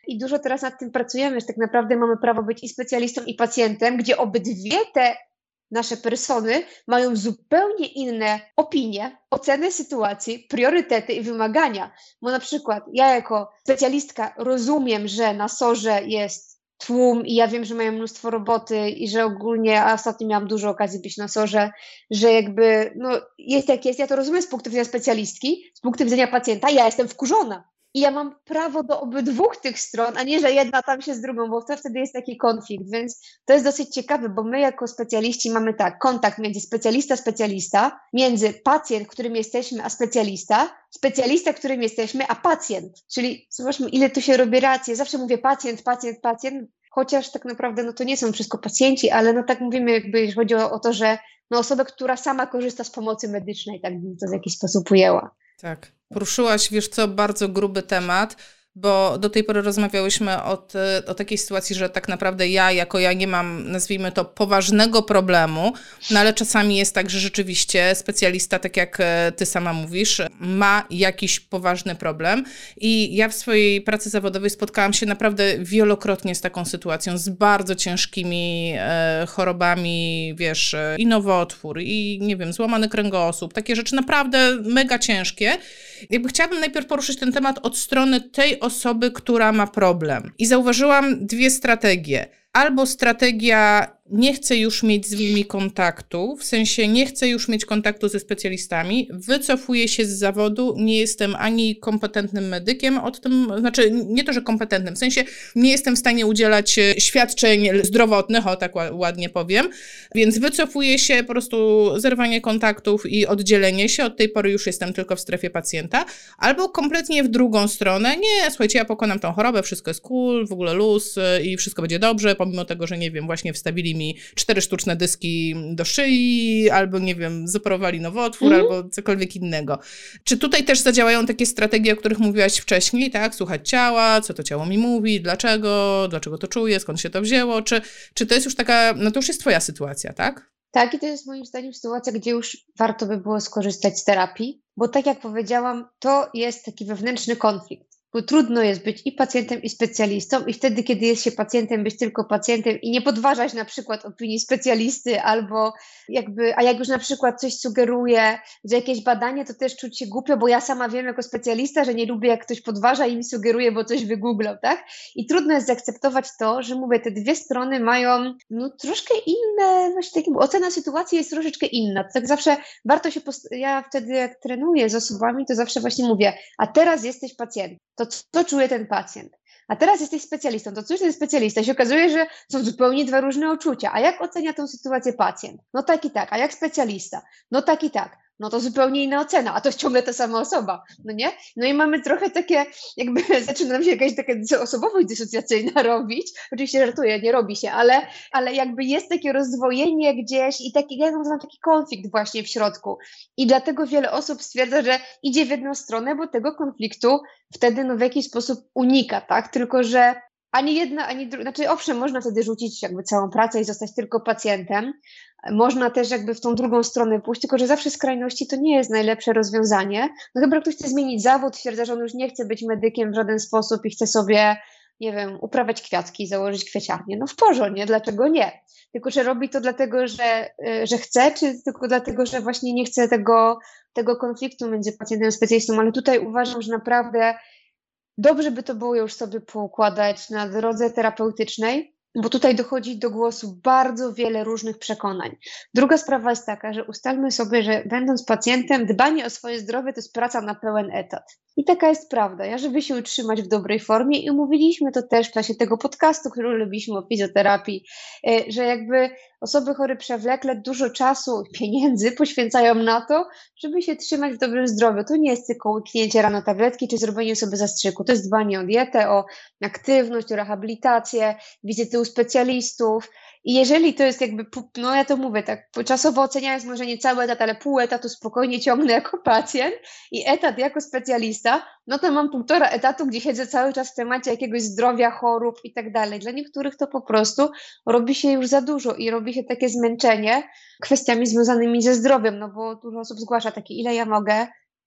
i dużo teraz nad tym pracujemy, że tak naprawdę mamy prawo być i specjalistą, i pacjentem, gdzie obydwie te nasze persony mają zupełnie inne opinie, oceny sytuacji, priorytety i wymagania. Bo na przykład ja jako specjalistka rozumiem, że na sorze jest tłum i ja wiem, że mają mnóstwo roboty i że ogólnie, a ostatnio miałam dużo okazji być na sorze, że jakby no jest jak jest, ja to rozumiem z punktu widzenia specjalistki, z punktu widzenia pacjenta, ja jestem wkurzona. I ja mam prawo do obydwu tych stron, a nie, że jedna tam się z drugą, bo to wtedy jest taki konflikt, więc to jest dosyć ciekawe, bo my jako specjaliści mamy tak, kontakt między specjalista, specjalista, między pacjent, którym jesteśmy, a specjalista, specjalista, którym jesteśmy, a pacjent. Czyli zobaczmy, ile tu się robi racji. Zawsze mówię pacjent, pacjent, pacjent, chociaż tak naprawdę no to nie są wszystko pacjenci, ale no tak mówimy, jakby jeśli chodzi o, o to, że no osoba, która sama korzysta z pomocy medycznej, tak bym to w jakiś sposób ujęła. Tak. Poruszyłaś, wiesz co, bardzo gruby temat, bo do tej pory rozmawiałyśmy o, ty, o takiej sytuacji, że tak naprawdę ja jako ja nie mam, nazwijmy to, poważnego problemu, no ale czasami jest tak, że rzeczywiście specjalista, tak jak ty sama mówisz, ma jakiś poważny problem i ja w swojej pracy zawodowej spotkałam się naprawdę wielokrotnie z taką sytuacją, z bardzo ciężkimi e, chorobami, wiesz, i nowotwór, i nie wiem, złamany kręgosłup, takie rzeczy naprawdę mega ciężkie. Jakby chciałabym najpierw poruszyć ten temat od strony tej osoby, która ma problem. I zauważyłam dwie strategie. Albo strategia nie chcę już mieć z nimi kontaktu, w sensie nie chcę już mieć kontaktu ze specjalistami, wycofuję się z zawodu, nie jestem ani kompetentnym medykiem, od tym, znaczy nie to, że kompetentnym, w sensie nie jestem w stanie udzielać świadczeń zdrowotnych, o tak ładnie powiem, więc wycofuję się, po prostu zerwanie kontaktów i oddzielenie się, od tej pory już jestem tylko w strefie pacjenta, albo kompletnie w drugą stronę, nie, słuchajcie, ja pokonam tą chorobę, wszystko jest cool, w ogóle luz i wszystko będzie dobrze, pomimo tego, że nie wiem, właśnie wstawili mi cztery sztuczne dyski do szyi, albo nie wiem, zoperowali nowotwór, mm. albo cokolwiek innego. Czy tutaj też zadziałają takie strategie, o których mówiłaś wcześniej, tak? Słuchać ciała, co to ciało mi mówi, dlaczego, dlaczego to czuję, skąd się to wzięło, czy, czy to jest już taka, no to już jest twoja sytuacja, tak? Tak, i to jest moim zdaniem sytuacja, gdzie już warto by było skorzystać z terapii, bo tak jak powiedziałam, to jest taki wewnętrzny konflikt. Bo trudno jest być i pacjentem, i specjalistą i wtedy, kiedy jest się pacjentem, być tylko pacjentem i nie podważać na przykład opinii specjalisty albo jakby, a jak już na przykład coś sugeruje, że jakieś badanie, to też czuć się głupio, bo ja sama wiem jako specjalista, że nie lubię, jak ktoś podważa i mi sugeruje, bo coś wygooglał, tak? I trudno jest zaakceptować to, że mówię, te dwie strony mają no troszkę inne, właśnie takie, ocena sytuacji jest troszeczkę inna. Tak zawsze warto się, post- ja wtedy jak trenuję z osobami, to zawsze właśnie mówię, a teraz jesteś pacjentem. To co czuje ten pacjent? A teraz jesteś specjalistą, to co czuje ten specjalista? I się okazuje, że są zupełnie dwa różne uczucia. A jak ocenia tę sytuację pacjent? No tak i tak. A jak specjalista? No tak i tak. No to zupełnie inna ocena, a to jest ciągle ta sama osoba, no nie? No i mamy trochę takie, jakby zaczyna nam się jakaś taka osobowość dysocjacyjna robić. Oczywiście żartuję, nie robi się, ale, ale jakby jest takie rozdwojenie gdzieś i taki, ja mam taki konflikt właśnie w środku. I dlatego wiele osób stwierdza, że idzie w jedną stronę, bo tego konfliktu wtedy no w jakiś sposób unika, tak? Tylko że ani jedna, ani druga, znaczy owszem, można wtedy rzucić jakby całą pracę i zostać tylko pacjentem. Można też jakby w tą drugą stronę pójść, tylko że zawsze skrajności to nie jest najlepsze rozwiązanie. No chyba ktoś chce zmienić zawód, twierdza, że on już nie chce być medykiem w żaden sposób i chce sobie, nie wiem, uprawiać kwiatki, założyć kwieciarnię. No w porządku, nie? Dlaczego nie? Tylko czy robi to dlatego, że, że chce, czy tylko dlatego, że właśnie nie chce tego, tego konfliktu między pacjentem a specjalistą. Ale tutaj uważam, że naprawdę dobrze by to było już sobie poukładać na drodze terapeutycznej, bo tutaj dochodzi do głosu bardzo wiele różnych przekonań. Druga sprawa jest taka, że ustalmy sobie, że będąc pacjentem, dbanie o swoje zdrowie to jest praca na pełen etat. I taka jest prawda. Ja, żeby się utrzymać w dobrej formie i umówiliśmy to też w czasie tego podcastu, który lubiliśmy o fizjoterapii, że jakby osoby chore przewlekle dużo czasu i pieniędzy poświęcają na to, żeby się trzymać w dobrym zdrowiu. To nie jest tylko łyknięcie rano tabletki czy zrobienie sobie zastrzyku. To jest dbanie o dietę, o aktywność, o rehabilitację, wizyty u specjalistów. I jeżeli to jest jakby, no ja to mówię tak, czasowo oceniając może nie cały etat, ale pół etatu spokojnie ciągnę jako pacjent i etat jako specjalista, no to mam półtora etatu, gdzie siedzę cały czas w temacie jakiegoś zdrowia, chorób i tak dalej. Dla niektórych to po prostu robi się już za dużo i robi się takie zmęczenie kwestiami związanymi ze zdrowiem, no bo dużo osób zgłasza takie, ile ja mogę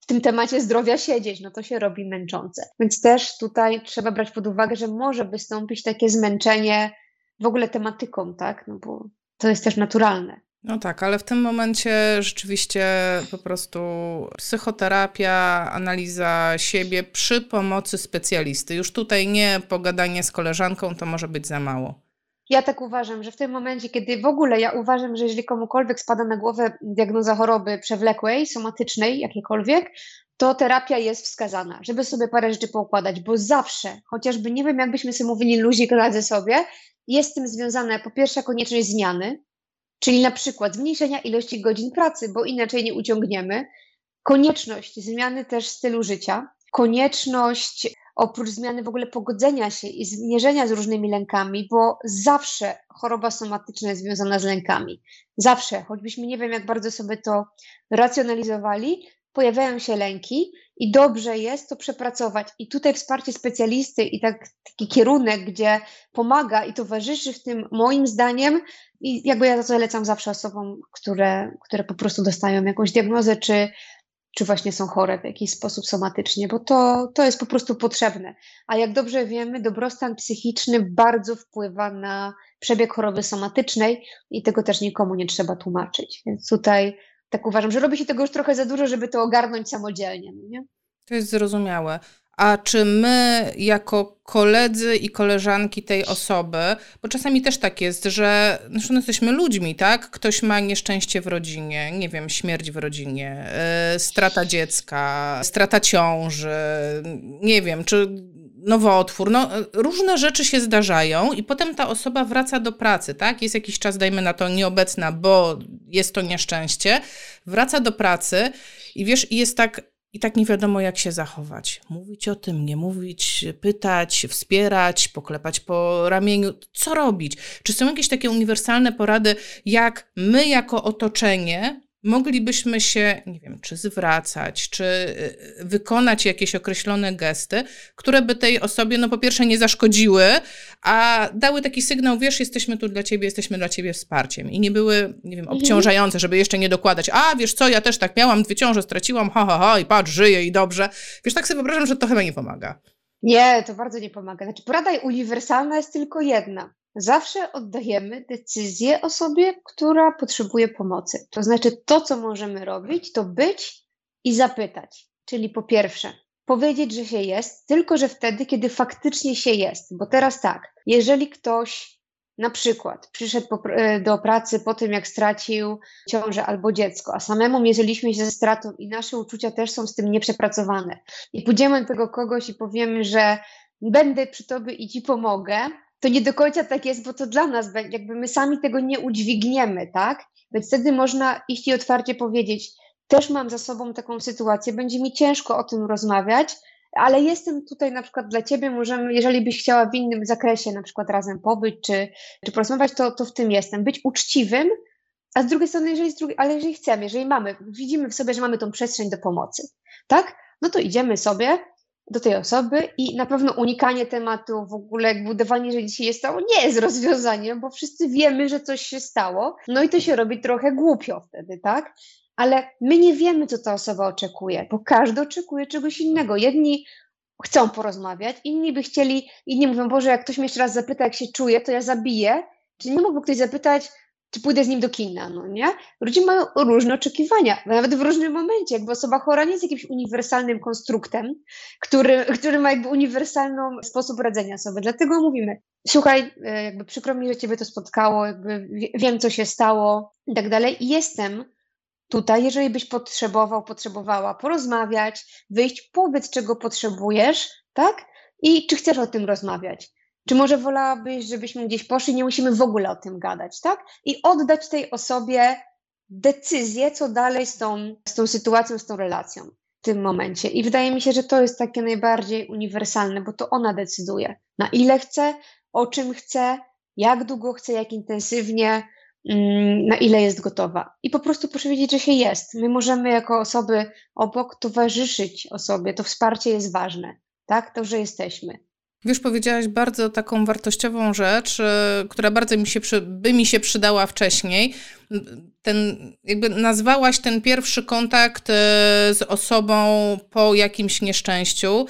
w tym temacie zdrowia siedzieć, no to się robi męczące. Więc też tutaj trzeba brać pod uwagę, że może wystąpić takie zmęczenie w ogóle tematyką, tak? No bo to jest też naturalne. No tak, ale w tym momencie rzeczywiście po prostu psychoterapia, analiza siebie przy pomocy specjalisty. Już tutaj nie pogadanie z koleżanką, to może być za mało. Ja tak uważam, że w tym momencie, kiedy w ogóle ja uważam, że jeżeli komukolwiek spada na głowę diagnoza choroby przewlekłej, somatycznej, jakiejkolwiek, to terapia jest wskazana, żeby sobie parę rzeczy poukładać, bo zawsze, chociażby nie wiem, jakbyśmy sobie mówili luzik, radzę sobie, jest z tym związana po pierwsze konieczność zmiany, czyli na przykład zmniejszenia ilości godzin pracy, bo inaczej nie uciągniemy, konieczność zmiany też stylu życia, konieczność oprócz zmiany w ogóle pogodzenia się i zmierzenia z różnymi lękami, bo zawsze choroba somatyczna jest związana z lękami. Zawsze, choćbyśmy nie wiem, jak bardzo sobie to racjonalizowali, pojawiają się lęki i dobrze jest to przepracować. I tutaj wsparcie specjalisty i tak, taki kierunek, gdzie pomaga i towarzyszy w tym, moim zdaniem, i jakby ja to zalecam zawsze osobom, które, które po prostu dostają jakąś diagnozę, czy czy właśnie są chore w jakiś sposób somatycznie, bo to, to jest po prostu potrzebne. A jak dobrze wiemy, dobrostan psychiczny bardzo wpływa na przebieg choroby somatycznej i tego też nikomu nie trzeba tłumaczyć. Więc tutaj tak uważam, że robi się tego już trochę za dużo, żeby to ogarnąć samodzielnie. No nie? To jest zrozumiałe. A czy my jako koledzy i koleżanki tej osoby, bo czasami też tak jest, że znaczy no jesteśmy ludźmi, tak? Ktoś ma nieszczęście w rodzinie, nie wiem, śmierć w rodzinie, yy, strata dziecka, strata ciąży, nie wiem, czy nowotwór, no różne rzeczy się zdarzają i potem ta osoba wraca do pracy, tak? Jest jakiś czas, dajmy na to, nieobecna, bo jest to nieszczęście, wraca do pracy i wiesz, i jest tak, I tak nie wiadomo, jak się zachować. Mówić o tym, nie mówić, pytać, wspierać, poklepać po ramieniu. Co robić? Czy są jakieś takie uniwersalne porady, jak my jako otoczenie moglibyśmy się, nie wiem, czy zwracać, czy wykonać jakieś określone gesty, które by tej osobie, no po pierwsze nie zaszkodziły, a dały taki sygnał, wiesz, jesteśmy tu dla ciebie, jesteśmy dla ciebie wsparciem. I nie były, nie wiem, obciążające, żeby jeszcze nie dokładać, a wiesz co, ja też tak miałam, dwie ciąże straciłam, ha, ha, ha, i patrz, żyję i dobrze. Wiesz, tak sobie wyobrażam, że to chyba nie pomaga. Nie, to bardzo nie pomaga. Znaczy, porada uniwersalna jest tylko jedna. Zawsze oddajemy decyzję osobie, która potrzebuje pomocy. To znaczy, to, co możemy robić, to być i zapytać. Czyli po pierwsze, powiedzieć, że się jest, tylko że wtedy, kiedy faktycznie się jest. Bo teraz tak, jeżeli ktoś na przykład przyszedł po, do pracy po tym, jak stracił ciążę albo dziecko, a samemu mierzyliśmy się ze stratą i nasze uczucia też są z tym nieprzepracowane. I pójdziemy do tego kogoś i powiemy, że będę przy tobie i ci pomogę, to nie do końca tak jest, bo to dla nas będzie, jakby my sami tego nie udźwigniemy, tak? Więc wtedy można iść i otwarcie powiedzieć, też mam za sobą taką sytuację, będzie mi ciężko o tym rozmawiać, ale jestem tutaj na przykład dla ciebie, możemy, jeżeli byś chciała w innym zakresie na przykład razem pobyć, czy, czy porozmawiać, to, to w tym jestem. Być uczciwym, a z drugiej strony, jeżeli, z drugiej, ale jeżeli chcemy, jeżeli mamy, widzimy w sobie, że mamy tą przestrzeń do pomocy, tak? No to idziemy sobie do tej osoby i na pewno unikanie tematu, w ogóle jakby udawanie, że dzisiaj się stało, nie jest rozwiązaniem, bo wszyscy wiemy, że coś się stało, no i to się robi trochę głupio wtedy, tak? Ale my nie wiemy, co ta osoba oczekuje, bo każdy oczekuje czegoś innego. Jedni chcą porozmawiać, inni by chcieli, inni mówią, Boże, jak ktoś mnie jeszcze raz zapyta, jak się czuje, to ja zabiję. Czy nie mógłby ktoś zapytać, czy pójdę z nim do kina, no nie? Ludzie mają różne oczekiwania, nawet w różnym momencie, jakby osoba chora nie jest jakimś uniwersalnym konstruktem, który, który ma jakby uniwersalny sposób radzenia sobie. Dlatego mówimy, słuchaj, jakby przykro mi, że ciebie to spotkało, jakby wiem, co się stało i tak dalej. I jestem tutaj, jeżeli byś potrzebował, potrzebowała porozmawiać, wyjść, powiedz, czego potrzebujesz, tak? I czy chcesz o tym rozmawiać? Czy może wolałabyś, żebyśmy gdzieś poszli, nie musimy w ogóle o tym gadać, tak? I oddać tej osobie decyzję, co dalej z tą, z tą sytuacją, z tą relacją w tym momencie. I wydaje mi się, że to jest takie najbardziej uniwersalne, bo to ona decyduje, na ile chce, o czym chce, jak długo chce, jak intensywnie, na ile jest gotowa. I po prostu proszę wiedzieć, że się jest. My możemy jako osoby obok towarzyszyć osobie. To wsparcie jest ważne, tak? To, że jesteśmy. Wiesz, powiedziałaś bardzo taką wartościową rzecz, która bardzo mi się przy, by mi się przydała wcześniej. Ten, jakby nazwałaś ten pierwszy kontakt z osobą po jakimś nieszczęściu,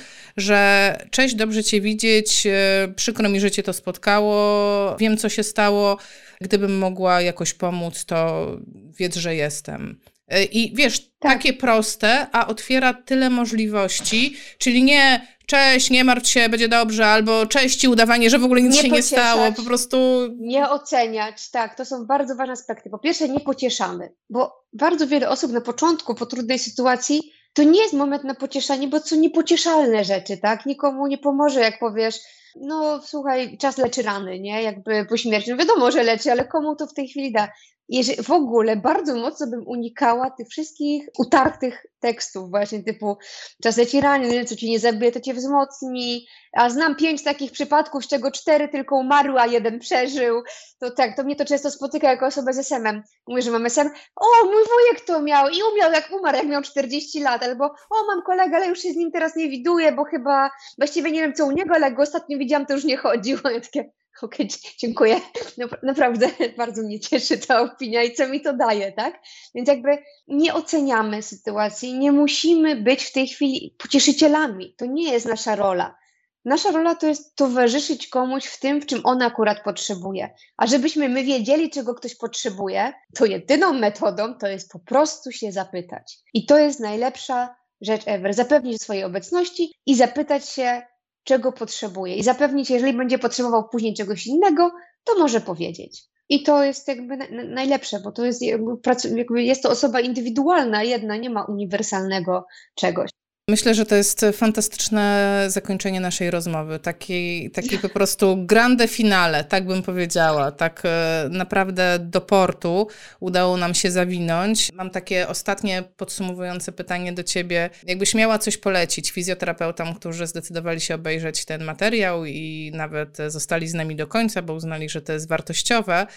że cześć, dobrze cię widzieć, przykro mi, że cię to spotkało, wiem, co się stało, gdybym mogła jakoś pomóc, to wiedz, że jestem. I wiesz, tak. Takie proste, a otwiera tyle możliwości, czyli nie cześć, nie martw się, będzie dobrze, albo cześć i udawanie, że w ogóle nic nie się pocieszać, nie stało, po prostu... Nie oceniać, tak, to są bardzo ważne aspekty. Po pierwsze, nie pocieszamy, bo bardzo wiele osób na początku, po trudnej sytuacji, to nie jest moment na pocieszanie, bo to są niepocieszalne rzeczy, tak? Nikomu nie pomoże, jak powiesz, no słuchaj, czas leczy rany, nie? Jakby po śmierci, no wiadomo, że leczy, ale komu to w tej chwili da? Jeżeli w ogóle bardzo mocno bym unikała tych wszystkich utartych tekstów właśnie typu czas leci rany, co ci nie zabije, to cię wzmocni, a znam pięć takich przypadków, z czego cztery tylko umarły, a jeden przeżył. To tak, to mnie to często spotyka jako osobę z es emem. Mówię, że mam es em, o mój wujek to miał i umiał jak umarł, jak miał czterdzieści lat, albo o mam kolegę, ale już się z nim teraz nie widuję, bo chyba właściwie nie wiem co u niego, ale jak go ostatnio widziałam, to już nie chodził. Ja takie, okej, okay, dziękuję. Naprawdę bardzo mnie cieszy ta opinia i co mi to daje, tak? Więc jakby nie oceniamy sytuacji, nie musimy być w tej chwili pocieszycielami. To nie jest nasza rola. Nasza rola to jest towarzyszyć komuś w tym, w czym on akurat potrzebuje. A żebyśmy my wiedzieli, czego ktoś potrzebuje, to jedyną metodą to jest po prostu się zapytać. I to jest najlepsza rzecz ever. Zapewnić swojej obecności i zapytać się, czego potrzebuje. I zapewnić, jeżeli będzie potrzebował później czegoś innego, to może powiedzieć. I to jest jakby na, na, najlepsze, bo to jest jakby, jakby jest to osoba indywidualna, jedna, nie ma uniwersalnego czegoś. Myślę, że to jest fantastyczne zakończenie naszej rozmowy. Taki, taki po prostu grande finale, tak bym powiedziała. Tak naprawdę do portu udało nam się zawinąć. Mam takie ostatnie podsumowujące pytanie do ciebie. Jakbyś miała coś polecić fizjoterapeutom, którzy zdecydowali się obejrzeć ten materiał i nawet zostali z nami do końca, bo uznali, że to jest wartościowe,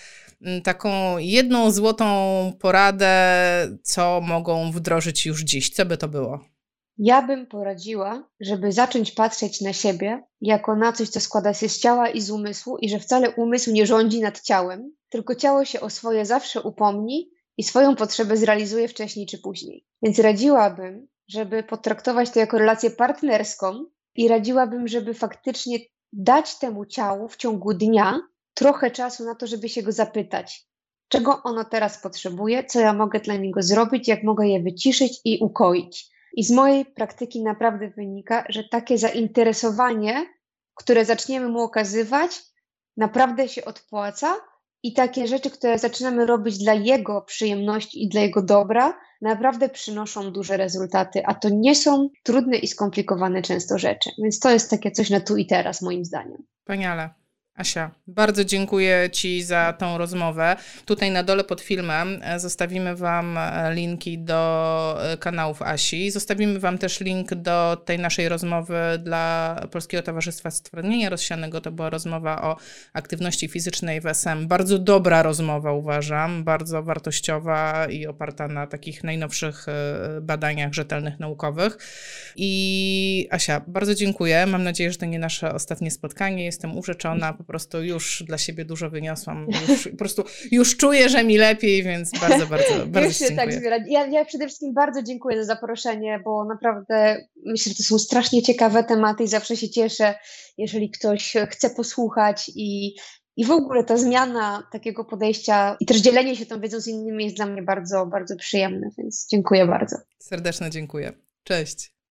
taką jedną złotą poradę, co mogą wdrożyć już dziś. Co by to było? Ja bym poradziła, żeby zacząć patrzeć na siebie jako na coś, co składa się z ciała i z umysłu i że wcale umysł nie rządzi nad ciałem, tylko ciało się o swoje zawsze upomni i swoją potrzebę zrealizuje wcześniej czy później. Więc radziłabym, żeby potraktować to jako relację partnerską i radziłabym, żeby faktycznie dać temu ciału w ciągu dnia trochę czasu na to, żeby się go zapytać, czego ono teraz potrzebuje, co ja mogę dla niego zrobić, jak mogę je wyciszyć i ukoić. I z mojej praktyki naprawdę wynika, że takie zainteresowanie, które zaczniemy mu okazywać, naprawdę się odpłaca i takie rzeczy, które zaczynamy robić dla jego przyjemności i dla jego dobra, naprawdę przynoszą duże rezultaty, a to nie są trudne i skomplikowane często rzeczy. Więc to jest takie coś na tu i teraz, moim zdaniem. Wspaniale. Asia, bardzo dziękuję ci za tą rozmowę. Tutaj na dole pod filmem zostawimy wam linki do kanałów Asi. Zostawimy wam też link do tej naszej rozmowy dla Polskiego Towarzystwa Stwardnienia Rozsianego. To była rozmowa o aktywności fizycznej w es em. Bardzo dobra rozmowa, uważam, bardzo wartościowa i oparta na takich najnowszych badaniach rzetelnych, naukowych. I Asia, bardzo dziękuję. Mam nadzieję, że to nie nasze ostatnie spotkanie. Jestem urzeczona. Po prostu już dla siebie dużo wyniosłam. Już, po prostu już czuję, że mi lepiej, więc bardzo, bardzo, bardzo się dziękuję. Tak zbiera. Ja, ja przede wszystkim bardzo dziękuję za zaproszenie, bo naprawdę myślę, że to są strasznie ciekawe tematy i zawsze się cieszę, jeżeli ktoś chce posłuchać i, i w ogóle ta zmiana takiego podejścia i też dzielenie się tą wiedzą z innymi jest dla mnie bardzo, bardzo przyjemne, więc dziękuję bardzo. Serdeczne dziękuję. Cześć.